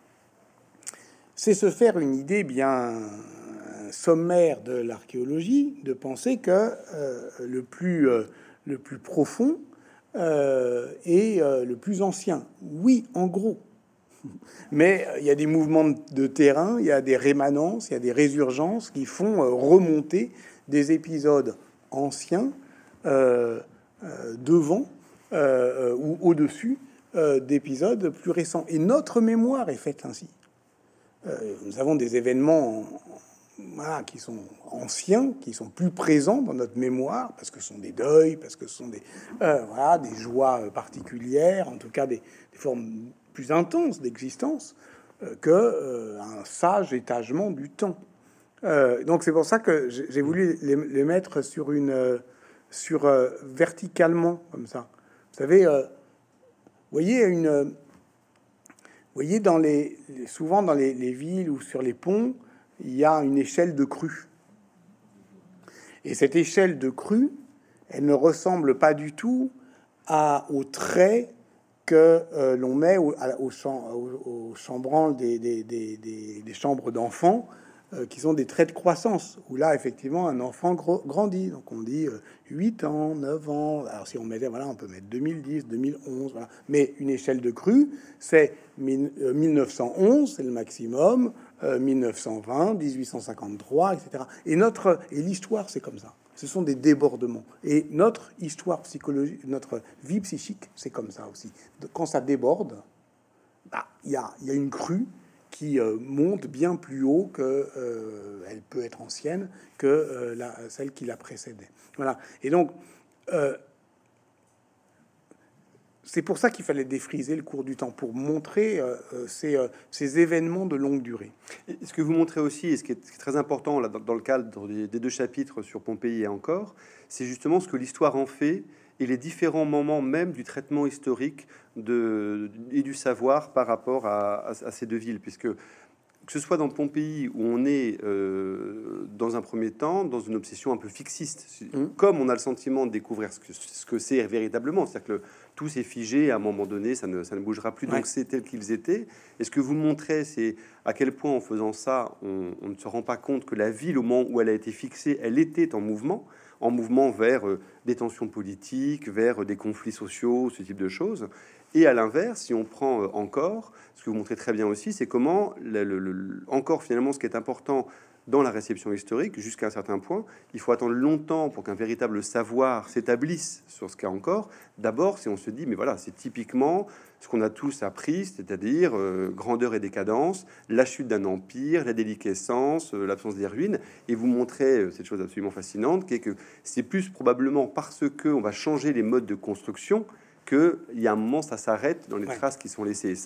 c'est se faire une idée bien sommaire de l'archéologie de penser que euh, le plus euh, le plus profond euh, est euh, le plus ancien. Oui, en gros. Mais il y a des mouvements de terrain, il y a des rémanences, il y a des résurgences qui font euh, remonter des épisodes anciens euh, euh, devant euh, ou au-dessus euh, d'épisodes plus récents. Et notre mémoire est faite ainsi. Euh, nous avons des événements voilà, qui sont anciens, qui sont plus présents dans notre mémoire, parce que ce sont des deuils, parce que ce sont des, euh, voilà, des joies particulières, en tout cas des, des formes plus intenses d'existence, euh, que euh, un sage étagement du temps. Euh, donc c'est pour ça que j'ai voulu les, les mettre sur une, euh, sur euh, verticalement comme ça. Vous savez, euh, voyez une, euh, voyez dans les, souvent dans les, les villes ou sur les ponts. Il y a une échelle de crue. Et cette échelle de crue, elle ne ressemble pas du tout à, aux traits que euh, l'on met au, au, champ, au, au chambranle des, des, des, des, des chambres d'enfants, euh, qui sont des traits de croissance, où là, effectivement, un enfant gros, grandit. Donc, on dit euh, huit ans, neuf ans. Alors, si on mettait, voilà, on peut mettre deux mille dix, deux mille onze, voilà. Mais une échelle de crue, c'est mille neuf cent onze, c'est le maximum, euh, mille neuf cent vingt, dix-huit cent cinquante-trois, et cetera. Et notre, et l'histoire, c'est comme ça. Ce sont des débordements. Et notre histoire psychologique, notre vie psychique, c'est comme ça aussi. Quand ça déborde, bah, il y a, y a une crue qui euh, monte bien plus haut que euh, elle peut être ancienne que euh, la, celle qui la précédait. Voilà. Et donc, euh, c'est pour ça qu'il fallait défriser le cours du temps, pour montrer euh, ces, euh, ces événements de longue durée. Et ce que vous montrez aussi, et ce qui est très important là, dans, dans le cadre des, des deux chapitres sur Pompéi et encore, c'est justement ce que l'histoire en fait et les différents moments même du traitement historique de, et du savoir par rapport à, à, à ces deux villes, puisque que ce soit dans Pompéi, où on est euh, dans un premier temps dans une obsession un peu fixiste, mmh. comme on a le sentiment de découvrir ce que ce que c'est véritablement, c'est-à-dire que le, tout s'est figé, à un moment donné, ça ne, ça ne bougera plus, donc ouais. c'est tel qu'ils étaient. Et ce que vous montrez, c'est à quel point, en faisant ça, on, on ne se rend pas compte que la ville, au moment où elle a été fixée, elle était en mouvement, en mouvement vers euh, des tensions politiques, vers euh, des conflits sociaux, ce type de choses. Et à l'inverse, si on prend euh, encore, ce que vous montrez très bien aussi, c'est comment, le, le, le, encore finalement, ce qui est important dans la réception historique, jusqu'à un certain point, il faut attendre longtemps pour qu'un véritable savoir s'établisse sur ce qu'a encore. D'abord, si on se dit, mais voilà, c'est typiquement ce qu'on a tous appris, c'est-à-dire euh, grandeur et décadence, la chute d'un empire, la déliquescence, euh, l'absence des ruines, et vous montrez euh, cette chose absolument fascinante, qui est que c'est plus probablement parce que on va changer les modes de construction qu'il y a un moment, ça s'arrête dans les traces qui sont laissées. Et ça,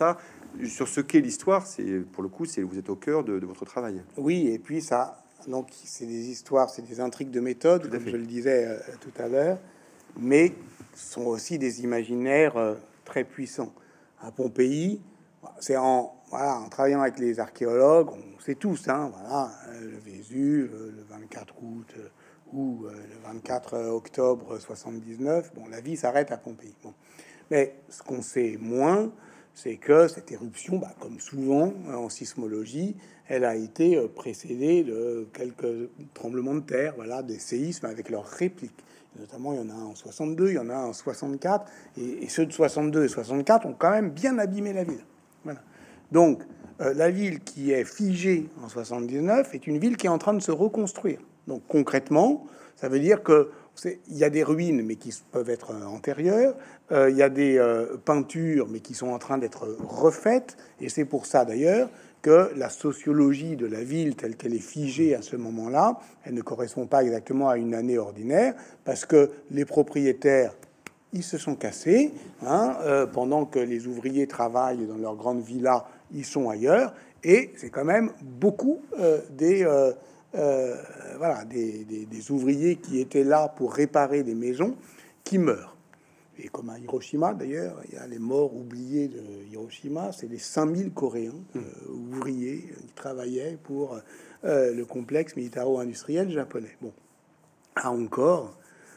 sur ce qu'est l'histoire, c'est pour le coup, c'est vous êtes au cœur de, de votre travail. Oui, et puis ça, donc c'est des histoires, c'est des intrigues de méthode, comme je le disais euh, tout à l'heure, mais sont aussi des imaginaires euh, très puissants. À Pompéi, c'est en voilà, en travaillant avec les archéologues, on sait tous, hein, voilà, le Vésuve, le vingt-quatre août euh, ou euh, le vingt-quatre octobre soixante-dix-neuf. Bon, la vie s'arrête à Pompéi. Bon. Mais ce qu'on sait moins, c'est que cette éruption, bah, comme souvent en sismologie, elle a été précédée de quelques tremblements de terre, voilà, des séismes avec leurs répliques. Notamment, il y en a un en soixante-deux, il y en a un en soixante-quatre, et, et ceux de soixante-deux et soixante-quatre ont quand même bien abîmé la ville. Voilà. Donc, euh, la ville qui est figée en soixante-dix-neuf est une ville qui est en train de se reconstruire. Donc, concrètement, ça veut dire que il y a des ruines, mais qui peuvent être antérieures. Euh, il y a des euh, peintures, mais qui sont en train d'être refaites. Et c'est pour ça, d'ailleurs, que la sociologie de la ville telle qu'elle est figée à ce moment-là, elle ne correspond pas exactement à une année ordinaire, parce que les propriétaires, ils se sont cassés, hein, euh, pendant que les ouvriers travaillent dans leur grande villa, ils sont ailleurs. Et c'est quand même beaucoup euh, des... Euh, Euh, voilà, des, des, des ouvriers qui étaient là pour réparer des maisons qui meurent. Et comme à Hiroshima, d'ailleurs, il y a les morts oubliés de Hiroshima, c'est les cinq mille Coréens euh, ouvriers qui travaillaient pour euh, le complexe militaro-industriel japonais. Bon, là encore,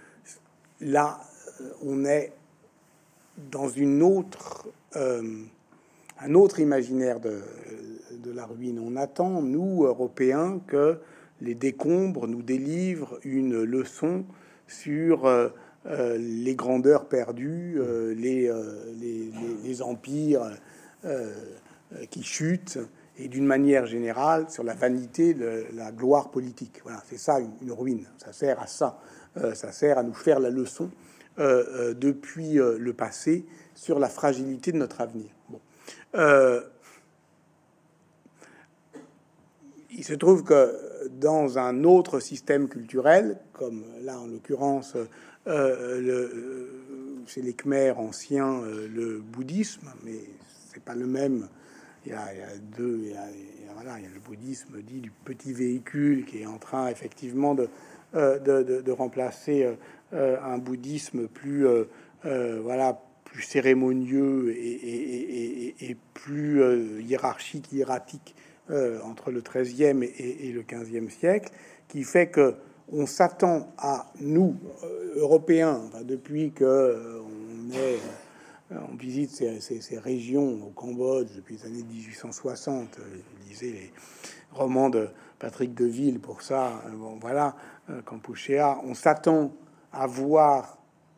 là, on est dans une autre, euh, un autre imaginaire de, de la ruine. On attend, nous, Européens, que les décombres nous délivrent une leçon sur euh, euh, les grandeurs perdues, euh, les, euh, les, les, les empires euh, qui chutent, et d'une manière générale sur la vanité de la gloire politique. Voilà, c'est ça une, une ruine. Ça sert à ça. Euh, ça sert à nous faire la leçon euh, euh, depuis euh, le passé sur la fragilité de notre avenir. Bon. Euh, il se trouve que dans un autre système culturel, comme là en l'occurrence euh, le, chez les Khmers anciens, euh, le bouddhisme, mais c'est pas le même. Il y a, il y a deux, il y a, il y a, voilà, il y a le bouddhisme dit du petit véhicule qui est en train effectivement de, euh, de, de, de remplacer euh, un bouddhisme plus euh, euh, voilà plus cérémonieux et, et, et, et plus euh, hiérarchique, hiératique. Euh, entre le treizième et, et le quinzième siècle, qui fait que on s'attend à nous, euh, Européens, enfin, depuis que euh, on est, euh, on visite ces, ces, ces régions au Cambodge depuis les années dix-huit cent soixante. Euh, je lisais les romans de Patrick Deville pour ça. Euh, bon, voilà, euh, Kampuchéa. On s'attend à voir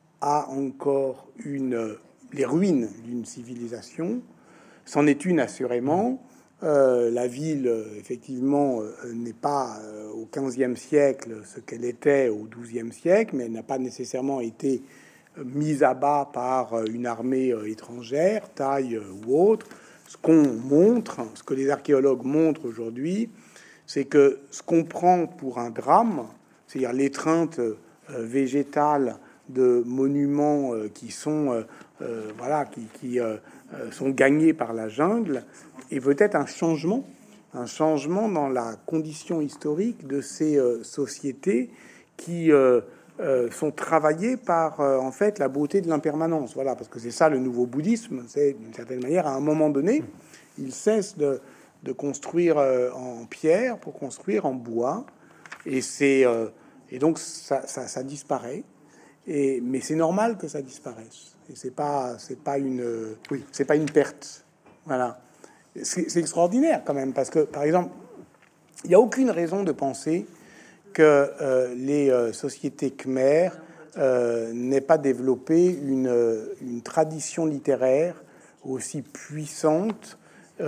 à encore une les ruines d'une civilisation. C'en est une assurément. Euh, la ville, effectivement, euh, n'est pas euh, au quinzième siècle ce qu'elle était au douzième siècle, mais elle n'a pas nécessairement été euh, mise à bas par euh, une armée euh, étrangère, taille euh, ou autre. Ce qu'on montre, ce que les archéologues montrent aujourd'hui, c'est que ce qu'on prend pour un drame, c'est-à-dire l'étreinte euh, végétale de monuments euh, qui sont euh, euh, voilà, qui, qui euh, sont gagnés par la jungle, et peut-être un changement, un changement dans la condition historique de ces euh, sociétés qui euh, euh, sont travaillées par euh, en fait la beauté de l'impermanence. Voilà, parce que c'est ça le nouveau bouddhisme. C'est d'une certaine manière, à un moment donné, il cesse de, de construire euh, en pierre pour construire en bois, et c'est euh, et donc ça, ça, ça disparaît. Et, mais c'est normal que ça disparaisse. Et c'est pas, c'est pas une, oui, c'est pas une perte. Voilà. C'est, c'est extraordinaire quand même parce que, par exemple, il n'y a aucune raison de penser que euh, les euh, sociétés khmères euh, n'aient pas développé une, une tradition littéraire aussi puissante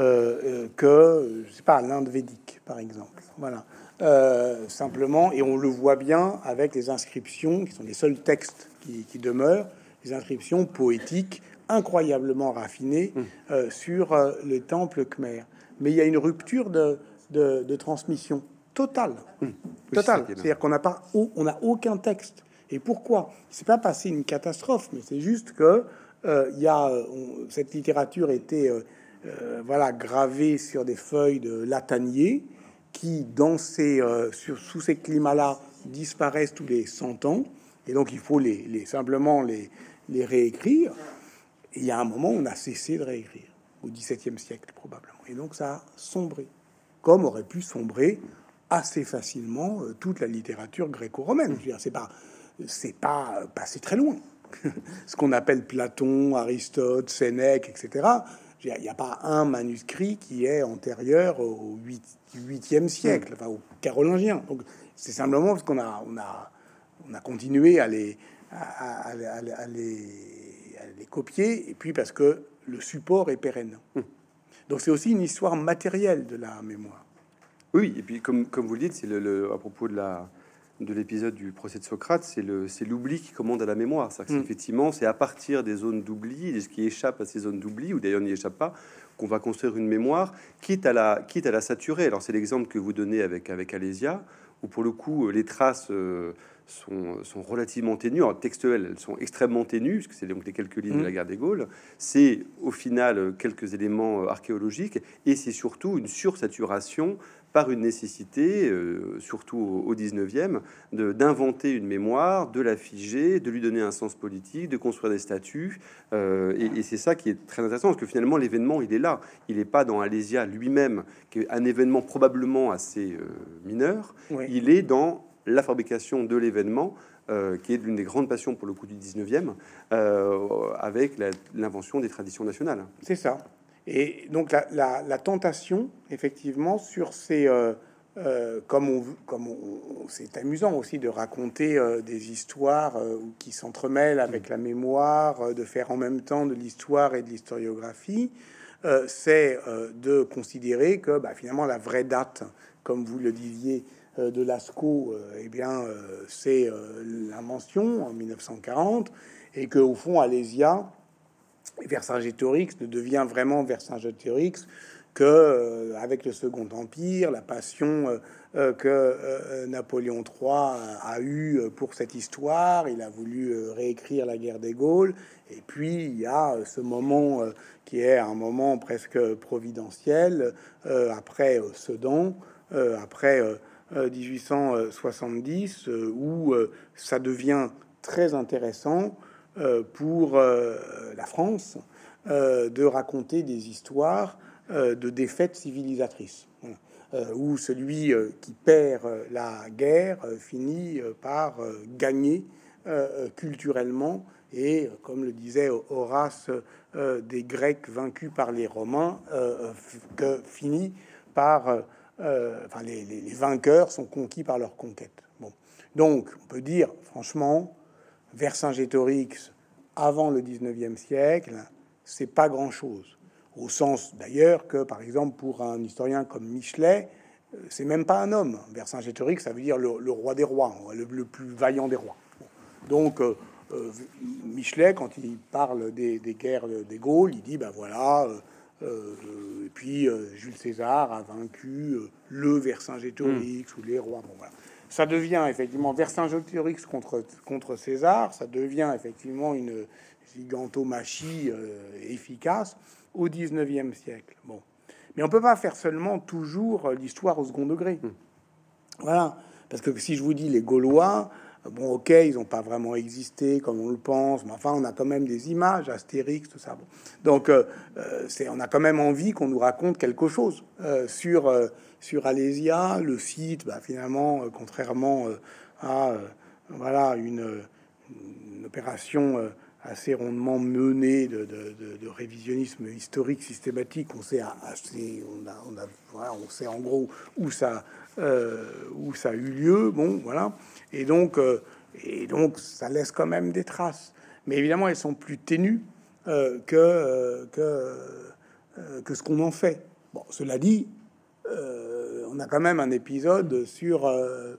euh, que, je sais pas, l'Inde védique, par exemple. Voilà. Euh, simplement, et on le voit bien avec les inscriptions qui sont les seuls textes qui, qui demeurent, les inscriptions poétiques incroyablement raffinées euh, sur euh, le temple khmer. Mais il y a une rupture de, de, de transmission totale, mmh. totale. C'est-à-dire qu'on n'a pas, on n'a aucun texte. Et pourquoi? C'est pas passé une catastrophe, mais c'est juste que euh, il y a on, cette littérature était euh, euh, voilà, gravés sur des feuilles de latanier qui, dans ces, euh, sur, sous ces climats-là, disparaissent tous les cent ans. Et donc, il faut les, les simplement les, les réécrire. Et il y a un moment où on a cessé de réécrire, au XVIIe siècle probablement. Et donc, ça a sombré, comme aurait pu sombrer assez facilement euh, toute la littérature gréco-romaine. Je veux dire, c'est pas, c'est pas passé très loin. Ce qu'on appelle Platon, Aristote, Sénèque, et cetera. Il n'y a pas un manuscrit qui est antérieur au huitième siècle, enfin au carolingien. Donc c'est simplement parce qu'on a, on a, on a continué à les, à, à, à, à les, à les copier, et puis parce que le support est pérenne. Donc c'est aussi une histoire matérielle de la mémoire. Oui, et puis comme, comme vous le dites, c'est le, le- à propos de la de l'épisode du procès de Socrate, c'est le c'est l'oubli qui commande à la mémoire. C'est Mm. effectivement, c'est à partir des zones d'oubli, de ce qui échappe à ces zones d'oubli, ou d'ailleurs n'y échappe pas, qu'on va construire une mémoire, quitte à la quitte à la saturer. Alors c'est l'exemple que vous donnez avec avec Alésia, où pour le coup les traces euh, sont, sont relativement ténues. Alors, textuelles, elles sont extrêmement ténues, puisque c'est donc les quelques lignes Mm. de la guerre des Gaules. C'est au final quelques éléments euh, archéologiques, et c'est surtout une sursaturation par une nécessité, euh, surtout au dix-neuvième, de- d'inventer une mémoire, de la figer, de lui donner un sens politique, de construire des statuts. Euh, et et c'est ça qui est très intéressant, parce que finalement, l'événement, il est là. Il n'est pas dans Alésia lui-même, qui est un événement probablement assez euh, mineur. Oui. Il est dans la fabrication de l'événement, euh, qui est l'une des grandes passions pour le coup du dix-neuvième, euh, avec la- l'invention des traditions nationales. C'est ça. Et donc la, la- la tentation, effectivement, sur ces... euh, euh, comme on, comme on, on- c'est amusant aussi de raconter euh, des histoires euh, qui s'entremêlent avec la mémoire, euh, de faire en même temps de l'histoire et de l'historiographie, euh, c'est euh, de considérer que bah, finalement la vraie date, comme vous le disiez, euh, de Lascaux, euh, eh bien, euh, c'est euh, l'invention en mille neuf cent quarante, et que au fond, Alésia, Vercingétorix ne devient vraiment Vercingétorix que euh, avec le Second Empire, la passion euh, euh, que euh, Napoléon trois a, a eu pour cette histoire. Il a voulu euh, réécrire la guerre des Gaules, et puis il y a euh, ce moment euh, qui est un moment presque providentiel euh, après euh, Sedan, euh, après euh, euh, dix-huit cent soixante-dix, euh, où euh, ça devient très intéressant euh, pour euh, la France euh, de raconter des histoires euh, de défaites civilisatrices, voilà. Euh, où celui euh, qui perd euh, la guerre euh, finit euh, par euh, gagner euh, culturellement, et euh, comme le disait Horace, euh, des Grecs vaincus par les Romains, euh, que finit par euh, euh, enfin les, les, les vainqueurs sont conquis par leur conquête. Bon, donc on peut dire franchement, Vercingétorix avant le dix-neuvième siècle, c'est pas grand-chose. Au sens d'ailleurs que, par exemple, pour un historien comme Michelet, euh, c'est même pas un homme. Vercingétorix, ça veut dire le, le roi des rois, le, le plus vaillant des rois. Bon. Donc, euh, euh, Michelet, quand il parle des, des guerres des Gaules, il dit, ben voilà, euh, euh, et puis euh, Jules César a vaincu euh, le Vercingétorix mmh. ou les rois. Bon, voilà. Ça devient effectivement Vercingétorix contre, contre César, ça devient effectivement une gigantomachie euh, efficace au dix-neuvième siècle. Bon. Mais on peut pas faire seulement toujours l'histoire au second degré. Mmh. Voilà. Parce que si je vous dis les Gaulois, bon, ok, ils n'ont pas vraiment existé comme on le pense, mais enfin, on a quand même des images, Astérix, tout ça. Bon. Donc, euh, c'est, on a quand même envie qu'on nous raconte quelque chose euh, sur, euh, sur Alésia, le site, bah, finalement, euh, contrairement euh, à euh, voilà, une, une opération euh, assez rondement menée de, de, de, de révisionnisme historique systématique. On sait assez, on a, on a, voilà, on sait en gros où ça, euh, où ça a eu lieu. Bon, voilà. Et donc, euh, et donc, ça laisse quand même des traces. Mais évidemment, elles sont plus ténues euh, que euh, que euh, que ce qu'on en fait. Bon, cela dit, euh, on a quand même un épisode sur euh,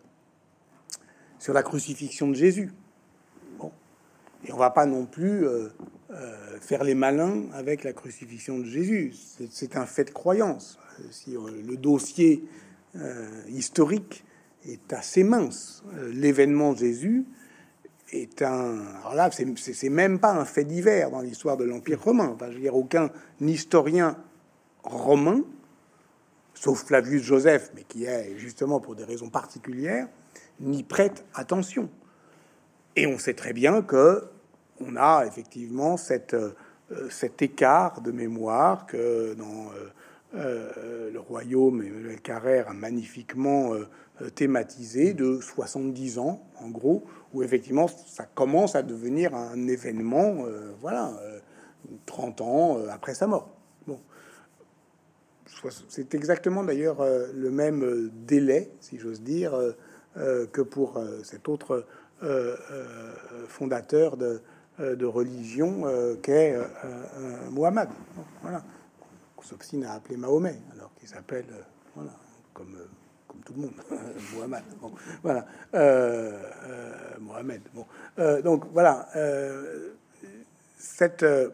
sur la crucifixion de Jésus. Et on va pas non plus euh, euh, faire les malins avec la crucifixion de Jésus. C'est, c'est un fait de croyance. Si euh, le dossier euh, historique est assez mince, euh, l'événement Jésus est un. Alors là, c'est, c'est, c'est même pas un fait divers dans l'histoire de l'Empire romain. Enfin, je veux dire, aucun historien romain, sauf Flavius Joseph, mais qui est justement pour des raisons particulières, n'y prête attention. Et on sait très bien que on a effectivement cette, euh, cet écart de mémoire que dans euh, euh, Le Royaume, Emmanuel Carrère a magnifiquement euh, thématisé, de soixante-dix ans, en gros, où effectivement ça commence à devenir un événement, euh, voilà, euh, trente ans euh, après sa mort. Bon. C'est exactement d'ailleurs euh, le même délai, si j'ose dire, euh, euh, que pour euh, cet autre euh, euh, fondateur de, euh, de religion euh, qu'est euh, euh, Mohammed. Bon, voilà. On s'obstine à appeler Mahomet, alors qu'il s'appelle, euh, voilà, comme, euh, comme tout le monde, Mohammed. Bon, voilà. Euh, euh, Mohamed. Bon. Euh, donc voilà. Euh, cette, euh,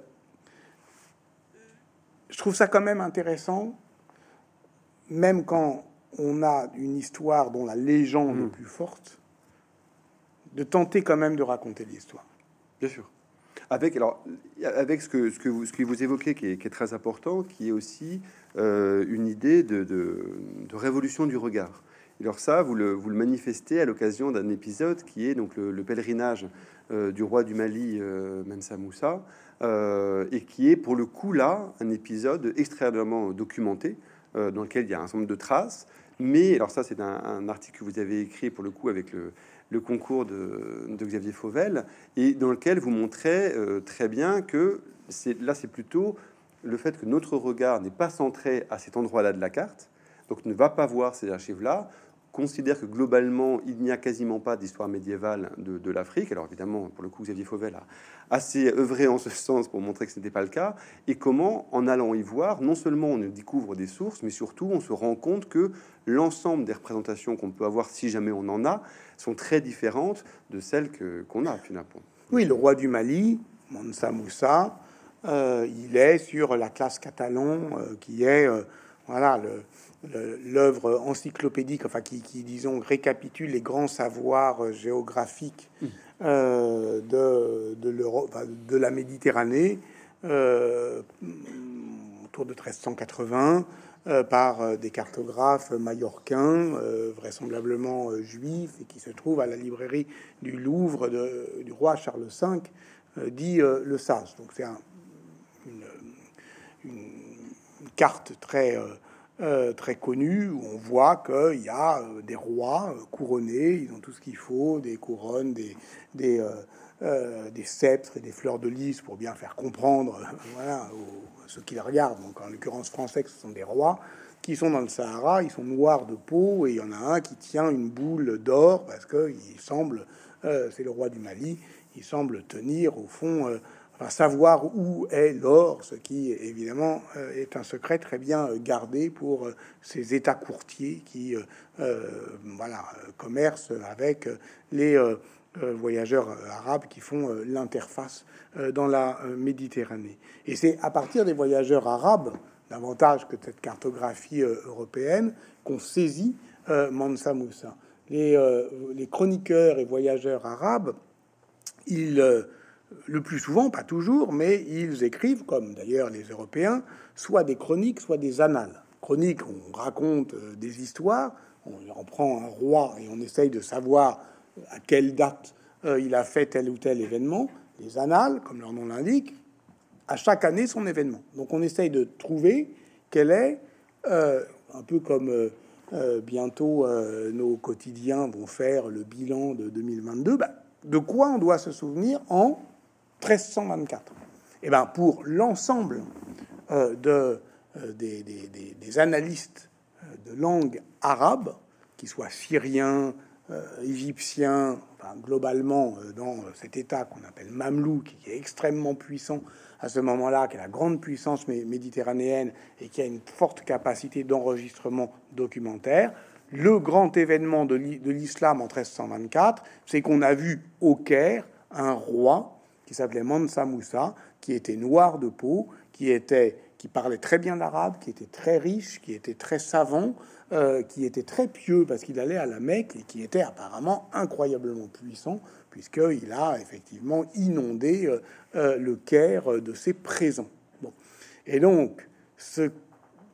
je trouve ça quand même intéressant. Même quand on a une histoire dont la légende mmh. est plus forte, de tenter quand même de raconter l'histoire. Bien sûr. Avec, alors, avec ce que, ce que, vous, ce que vous évoquez, qui est, qui est très important, qui est aussi euh, une idée de, de, de révolution du regard. Et alors ça, vous le, vous le manifestez à l'occasion d'un épisode qui est donc le, le pèlerinage euh, du roi du Mali, euh, Mansa Moussa, euh, et qui est pour le coup là un épisode extrêmement documenté, euh, dans lequel il y a un certain nombre de traces. Mais alors ça, c'est un, un article que vous avez écrit pour le coup avec le, le concours de, de Xavier Fauvel, et dans lequel vous montrez euh, très bien que c'est, là, c'est plutôt le fait que notre regard n'est pas centré à cet endroit-là de la carte, donc ne va pas voir ces archives-là, considère que globalement, il n'y a quasiment pas d'histoire médiévale de, de l'Afrique. Alors évidemment, pour le coup, Xavier Fauvel a assez œuvré en ce sens pour montrer que ce n'était pas le cas, et comment, en allant y voir, non seulement on découvre des sources, mais surtout on se rend compte que l'ensemble des représentations qu'on peut avoir, si jamais on en a, sont très différentes de celles que, qu'on a finalement. Oui, le roi du Mali, Mansa Moussa, euh, il est sur la classe catalan, euh, qui est euh, voilà le l'œuvre encyclopédique, enfin qui, qui, disons, récapitule les grands savoirs géographiques euh, de, de l'Europe, enfin, de la Méditerranée, euh, autour de treize cent quatre-vingts, euh, par des cartographes mallorquins, euh, vraisemblablement euh, juifs, et qui se trouve à la librairie du Louvre de, du roi Charles cinq, euh, dit euh, le Sage. Donc c'est un, une, une carte très... Euh, Euh, très connu, où on voit qu'il y a euh, des rois euh, couronnés, ils ont tout ce qu'il faut, des couronnes, des, des, euh, euh, des sceptres et des fleurs de lys pour bien faire comprendre euh, voilà, aux, à ceux qui les regardent, donc en l'occurrence français, que ce sont des rois, qui sont dans le Sahara, ils sont noirs de peau, et il y en a un qui tient une boule d'or, parce qu'il semble, euh, c'est le roi du Mali, il semble tenir au fond... Euh, Enfin, savoir où est l'or, ce qui évidemment euh, est un secret très bien euh, gardé pour euh, ces États courtiers qui euh, euh, voilà, commercent avec euh, les euh, euh, voyageurs arabes qui font euh, l'interface euh, dans la euh, Méditerranée. Et c'est à partir des voyageurs arabes, davantage que cette cartographie euh, européenne, qu'on saisit euh, Mansa Moussa. Les, euh, les chroniqueurs et voyageurs arabes, ils... Euh, le plus souvent, pas toujours, mais ils écrivent, comme d'ailleurs les Européens, soit des chroniques, soit des annales. Chroniques, on raconte euh, des histoires, on, on prend un roi et on essaye de savoir à quelle date euh, il a fait tel ou tel événement. Les annales, comme leur nom l'indique, à chaque année son événement. Donc on essaye de trouver quel est, euh, un peu comme euh, euh, bientôt euh, nos quotidiens vont faire le bilan de deux mille vingt-deux, bah, de quoi on doit se souvenir en treize cent vingt-quatre. Et ben pour l'ensemble euh, de, euh, des, des, des, des analystes euh, de langue arabe, qu'ils soient syriens, euh, égyptiens, enfin, globalement euh, dans cet État qu'on appelle Mamelouk, qui est extrêmement puissant à ce moment-là, qui est la grande puissance méditerranéenne et qui a une forte capacité d'enregistrement documentaire, le grand événement de l'islam en treize cent vingt-quatre, c'est qu'on a vu au Caire un roi qui s'appelait Mansa Moussa, qui était noir de peau, qui était, qui parlait très bien l'arabe, qui était très riche, qui était très savant, euh, qui était très pieux parce qu'il allait à la Mecque et qui était apparemment incroyablement puissant puisqu'il a effectivement inondé euh, euh, le Caire de ses présents. Bon. Et donc, ce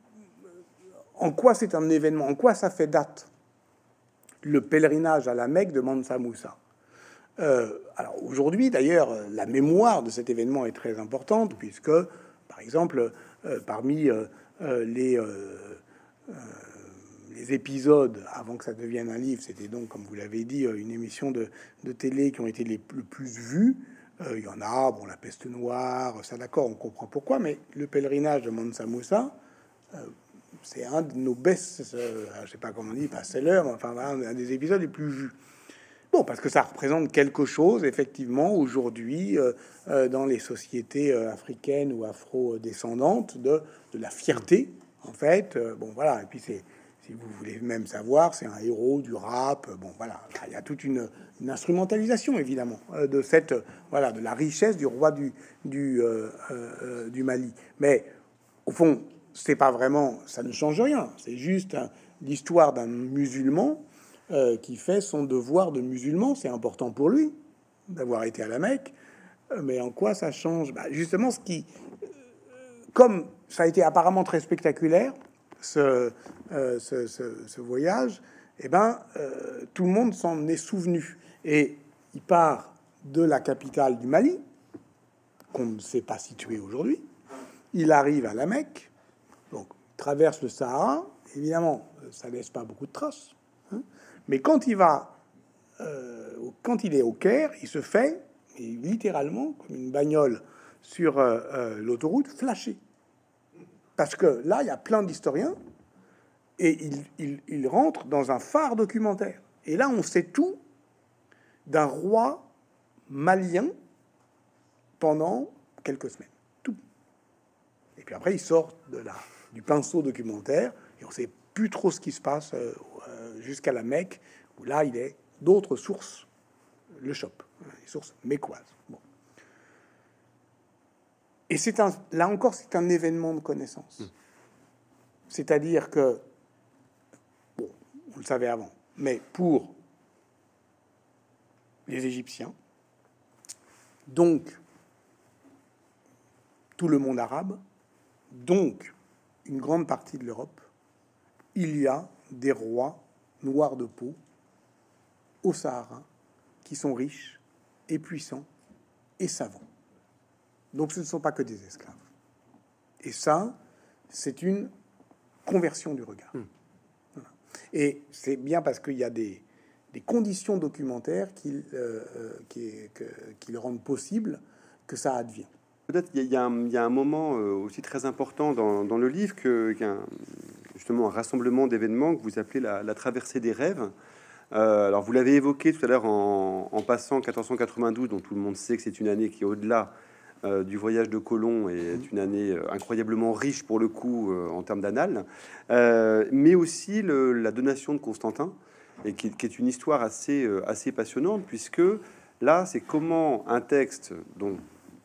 en quoi c'est un événement, en quoi ça fait date, le pèlerinage à la Mecque de Mansa Moussa. Euh, alors aujourd'hui, d'ailleurs, la mémoire de cet événement est très importante, puisque, par exemple, euh, parmi euh, euh, les, euh, euh, les épisodes, avant que ça devienne un livre, c'était donc, comme vous l'avez dit, une émission de, de télé qui ont été les, le plus vues. Euh, il y en a, bon, la peste noire, ça d'accord, on comprend pourquoi, mais le pèlerinage de Mansa Moussa, euh, c'est un de nos best, euh, je sais pas comment on dit, pas seller, mais enfin, un des épisodes les plus vus. Bon, parce que ça représente quelque chose, effectivement, aujourd'hui, euh, euh, dans les sociétés euh, africaines ou afro-descendantes, de, de la fierté, en fait. Euh, bon, voilà. Et puis, c'est, si vous voulez même savoir, c'est un héros du rap. Bon, voilà. Il y a toute une, une instrumentalisation, évidemment, euh, de cette, euh, voilà, de la richesse du roi du, du, euh, euh, du Mali. Mais, au fond, c'est pas vraiment, ça ne change rien. C'est juste hein, l'histoire d'un musulman Euh, qui fait son devoir de musulman. C'est important pour lui d'avoir été à la Mecque, mais en quoi ça change? Bah, justement, ce qui, comme ça a été apparemment très spectaculaire, ce, euh, ce, ce, ce voyage, eh ben, euh, tout le monde s'en est souvenu. Et il part de la capitale du Mali, qu'on ne sait pas situer aujourd'hui. Il arrive à la Mecque, donc traverse le Sahara. Évidemment, ça laisse pas beaucoup de traces. Hein. Mais quand il va, euh, quand il est au Caire, il se fait, et littéralement, comme une bagnole sur euh, euh, l'autoroute, flashé. Parce que là, il y a plein d'historiens, et il, il, il rentre dans un phare documentaire. Et là, on sait tout d'un roi malien pendant quelques semaines. Tout. Et puis après, il sort de la, du pinceau documentaire, et on sait plus trop ce qui se passe euh, jusqu'à la Mecque, où là, il est d'autres sources, le chope, les sources mécoises. Bon. Et c'est un, là encore, c'est un événement de connaissance. Mmh. C'est-à-dire que, bon, on le savait avant, mais pour les Égyptiens, donc tout le monde arabe, donc une grande partie de l'Europe, il y a des rois noirs de peau au Sahara qui sont riches et puissants et savants. Donc ce ne sont pas que des esclaves. Et ça, c'est une conversion du regard. Mmh. Voilà. Et c'est bien parce qu'il y a des, des conditions documentaires qui, euh, qui, que, qui le rendent possible que ça advient. Peut-être il y, y, y a un moment euh, aussi très important dans, dans le livre que, qu'il y a un, justement un rassemblement d'événements que vous appelez la, la traversée des rêves. Euh, alors vous l'avez évoqué tout à l'heure en, en passant quatorze cent quatre-vingt-douze, dont tout le monde sait que c'est une année qui est au-delà euh, du voyage de Colomb et est une année incroyablement riche pour le coup euh, en termes d'annales, euh, mais aussi le, la donation de Constantin, et qui, qui est une histoire assez, euh, assez passionnante, puisque là c'est comment un texte dont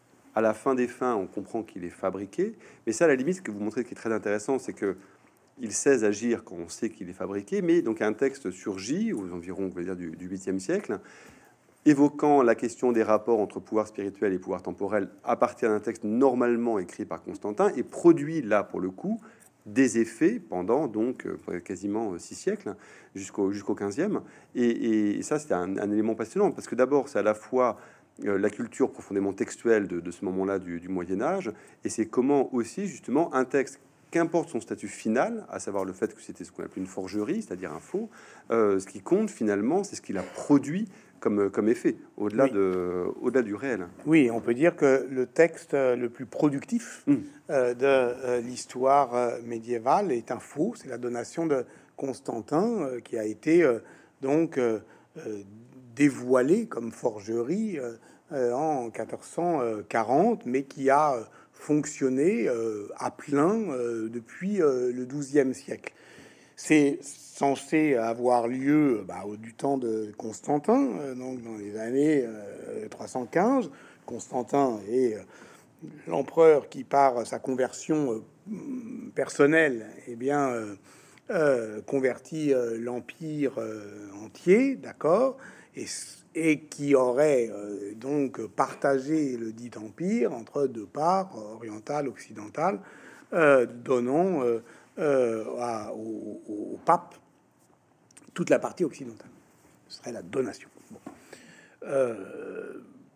à la fin des fins, on comprend qu'il est fabriqué. Mais ça, à la limite, ce que vous montrez qui est très intéressant, c'est que il sait agir quand on sait qu'il est fabriqué. Mais donc un texte surgit aux environs, on va dire, du huitième siècle, évoquant la question des rapports entre pouvoir spirituel et pouvoir temporel à partir d'un texte normalement écrit par Constantin et produit là pour le coup des effets pendant donc quasiment six siècles jusqu'au jusqu'au quinzième. Et, et ça, c'est un, un élément passionnant parce que d'abord, c'est à la fois la culture profondément textuelle de, de ce moment-là du, du Moyen-Âge, et c'est comment aussi, justement, un texte, qu'importe son statut final, à savoir le fait que c'était ce qu'on appelle une forgerie, c'est-à-dire un faux, euh, ce qui compte finalement, c'est ce qu'il a produit comme, comme effet, au-delà oui. de, au-delà du réel. Oui, on peut dire que le texte le plus productif mmh. euh, de euh, l'histoire euh, médiévale est un faux, c'est la donation de Constantin, euh, qui a été euh, donc euh, euh, dévoilé comme forgerie euh, euh, en quatorze cent quarante, mais qui a fonctionné euh, à plein euh, depuis euh, le douzième siècle. C'est censé avoir lieu bah, du temps de Constantin, euh, donc dans les années euh, trois cent quinze. Constantin est euh, l'empereur qui, par sa conversion euh, personnelle, eh bien, euh, euh, convertit euh, l'empire euh, entier, d'accord, et, et qui aurait euh, donc partagé le dit empire entre deux parts, orientale, occidentale, euh, donnant euh, euh, à, au, au pape toute la partie occidentale. Ce serait la donation. Bon. Euh,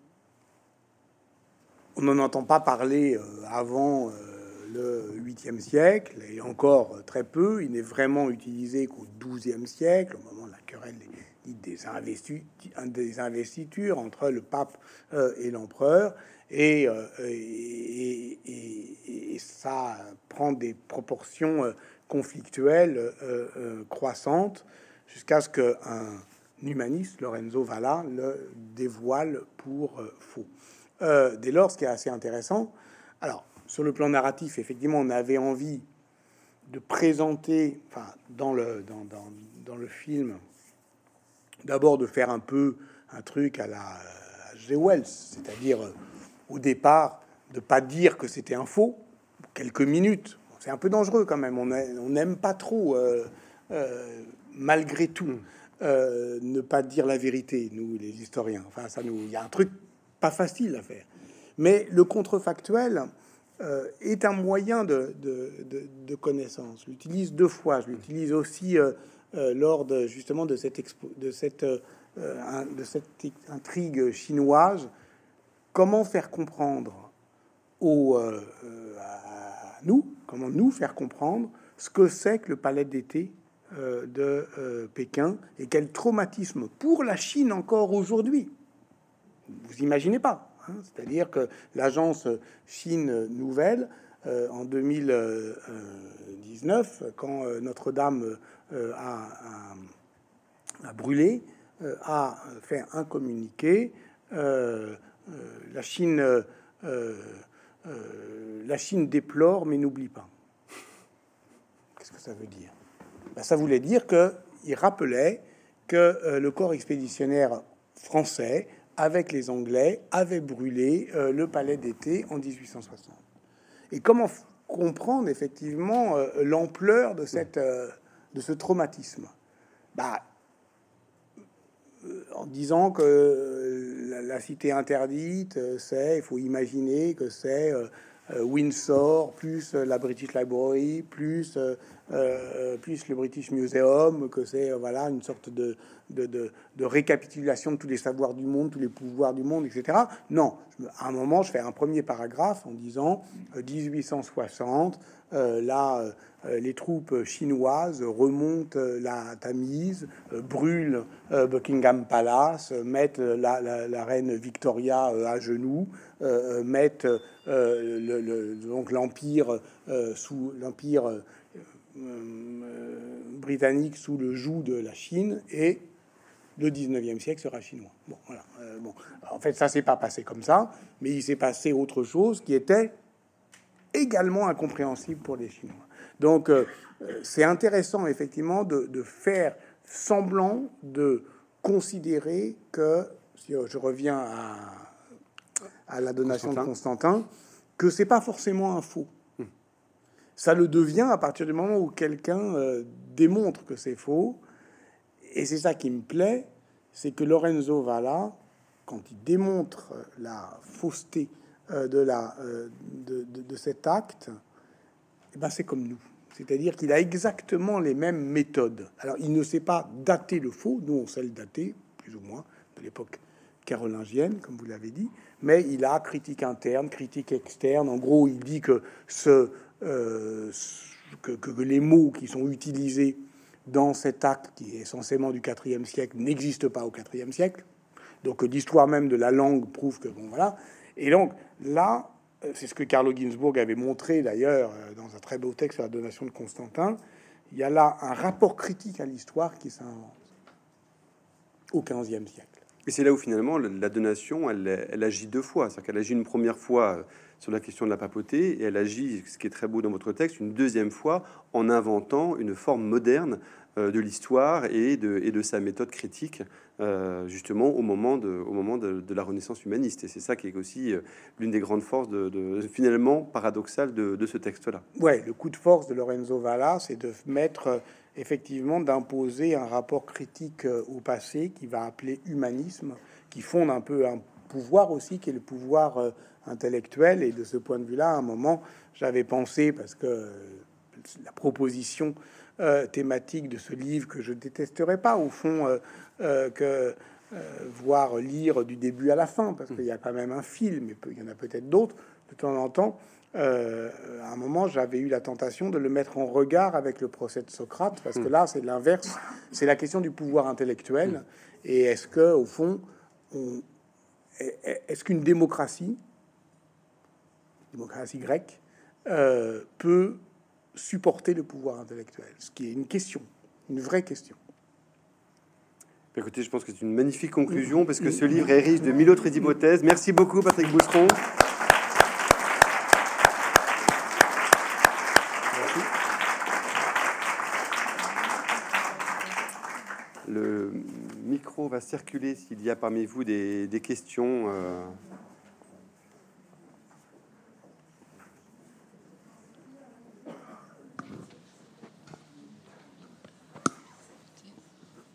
on n'en entend pas parler euh, avant euh, le huitième siècle, et encore euh, très peu. Il n'est vraiment utilisé qu'au douzième siècle, au moment de la querelle des, des, investi, des investitures entre le pape euh, et l'empereur. Et, euh, et, et, et ça prend des proportions euh, conflictuelles euh, euh, croissantes, jusqu'à ce qu'un humaniste, Lorenzo Valla, le dévoile pour euh, faux. Euh, dès lors, ce qui est assez intéressant, alors, sur le plan narratif, effectivement, on avait envie de présenter, enfin, dans le, dans, dans, dans le film, d'abord de faire un peu un truc à la H G. Wells, c'est-à-dire, euh, au départ, de pas dire que c'était un faux, quelques minutes. C'est un peu dangereux quand même, on n'aime pas trop, euh, euh, malgré tout, euh, ne pas dire la vérité, nous, les historiens. Enfin, ça nous... Il y a un truc pas facile à faire. Mais le contrefactuel euh, est un moyen de, de, de, de connaissance. Je l'utilise deux fois. Je l'utilise aussi euh, euh, lors de, justement de cette, expo, de, cette, euh, un, de cette intrigue chinoise. Comment faire comprendre aux, euh, à nous, comment nous faire comprendre ce que c'est que le palais d'été euh, de euh, Pékin et quel traumatisme pour la Chine encore aujourd'hui. Vous imaginez pas, hein, c'est-à-dire que l'agence Chine Nouvelle, euh, en deux mille dix-neuf, quand euh, Notre-Dame euh, a, a, a brûlé, euh, a fait un communiqué. Euh, euh, la Chine, euh, euh, la Chine déplore, mais n'oublie pas. Qu'est-ce que ça veut dire? Ben, ça voulait dire que il rappelait que euh, le corps expéditionnaire français, avec les Anglais, avait brûlé euh, le palais d'été en dix-huit cent soixante. Et comment f- comprendre effectivement euh, l'ampleur de, cette, euh, de ce traumatisme? Bah, euh, en disant que euh, la, la cité interdite, euh, c'est, il faut imaginer que c'est euh, euh, Windsor, plus euh, la British Library, plus, euh, euh, plus le British Museum, que c'est euh, voilà, une sorte de, de, de, de récapitulation de tous les savoirs du monde, tous les pouvoirs du monde, et cetera. Non, je, à un moment, je fais un premier paragraphe en disant euh, dix-huit cent soixante, euh, là, euh, les troupes chinoises remontent euh, la Tamise, euh, brûlent euh, Buckingham Palace, euh, mettent la, la, la reine Victoria euh, à genoux, euh, mettent euh, le, le, donc l'empire euh, sous l'empire euh, euh, britannique sous le joug de la Chine, et le dix-neuvième siècle sera chinois. Bon, voilà. Euh, bon, en fait, ça s'est pas passé comme ça, mais il s'est passé autre chose qui était également incompréhensible pour les Chinois. Donc, euh, c'est intéressant effectivement de, de faire semblant de considérer que, si je reviens à, à la donation Constantin. de Constantin, que c'est pas forcément un faux. Hum. Ça le devient à partir du moment où quelqu'un euh, démontre que c'est faux. Et c'est ça qui me plaît, c'est que Lorenzo Valla, quand il démontre la fausseté euh, de, la, euh, de, de, de cet acte, eh ben c'est comme nous. C'est-à-dire qu'il a exactement les mêmes méthodes. Alors, il ne sait pas dater le faux. Nous, on sait le dater, plus ou moins, de l'époque carolingienne, comme vous l'avez dit. Mais il a critique interne, critique externe. En gros, il dit que, ce, euh, que, que les mots qui sont utilisés dans cet acte, qui est essentiellement du quatrième siècle, n'existent pas au quatrième siècle. Donc, l'histoire même de la langue prouve que, bon, voilà. Et donc, là... c'est ce que Carlo Ginzburg avait montré d'ailleurs dans un très beau texte sur la donation de Constantin. Il y a là un rapport critique à l'histoire qui s'invente au quinzième siècle. Et c'est là où finalement la donation, elle, elle agit deux fois. C'est-à-dire qu'elle agit une première fois sur la question de la papauté, et elle agit, ce qui est très beau dans votre texte, une deuxième fois en inventant une forme moderne de l'histoire et de, et de sa méthode critique, euh, justement au moment, de, au moment de, de la Renaissance humaniste. Et c'est ça qui est aussi l'une des grandes forces, de, de, finalement paradoxales, de, de ce texte-là. Ouais, le coup de force de Lorenzo Valla, c'est de mettre, effectivement, d'imposer un rapport critique au passé qui va appeler humanisme, qui fonde un peu un pouvoir aussi, qui est le pouvoir euh, intellectuel. Et de ce point de vue-là, à un moment, j'avais pensé, parce que la proposition euh, thématique de ce livre que je détesterais pas, au fond, euh, euh, que euh, voir lire du début à la fin, parce qu'il y a quand même un film, et il y en a peut-être d'autres, de temps en temps. Euh, à un moment, j'avais eu la tentation de le mettre en regard avec le procès de Socrate, parce que là, c'est l'inverse, c'est la question du pouvoir intellectuel, et est-ce que, au fond, on, est-ce qu'une démocratie, démocratie grecque, euh, peut supporter le pouvoir intellectuel, ce qui est une question, une vraie question. Écoutez, je pense que c'est une magnifique conclusion, parce que ce livre est riche de mille autres hypothèses. Merci beaucoup, Patrick Bousseron. Merci. Le micro va circuler s'il y a parmi vous des, des questions. Euh...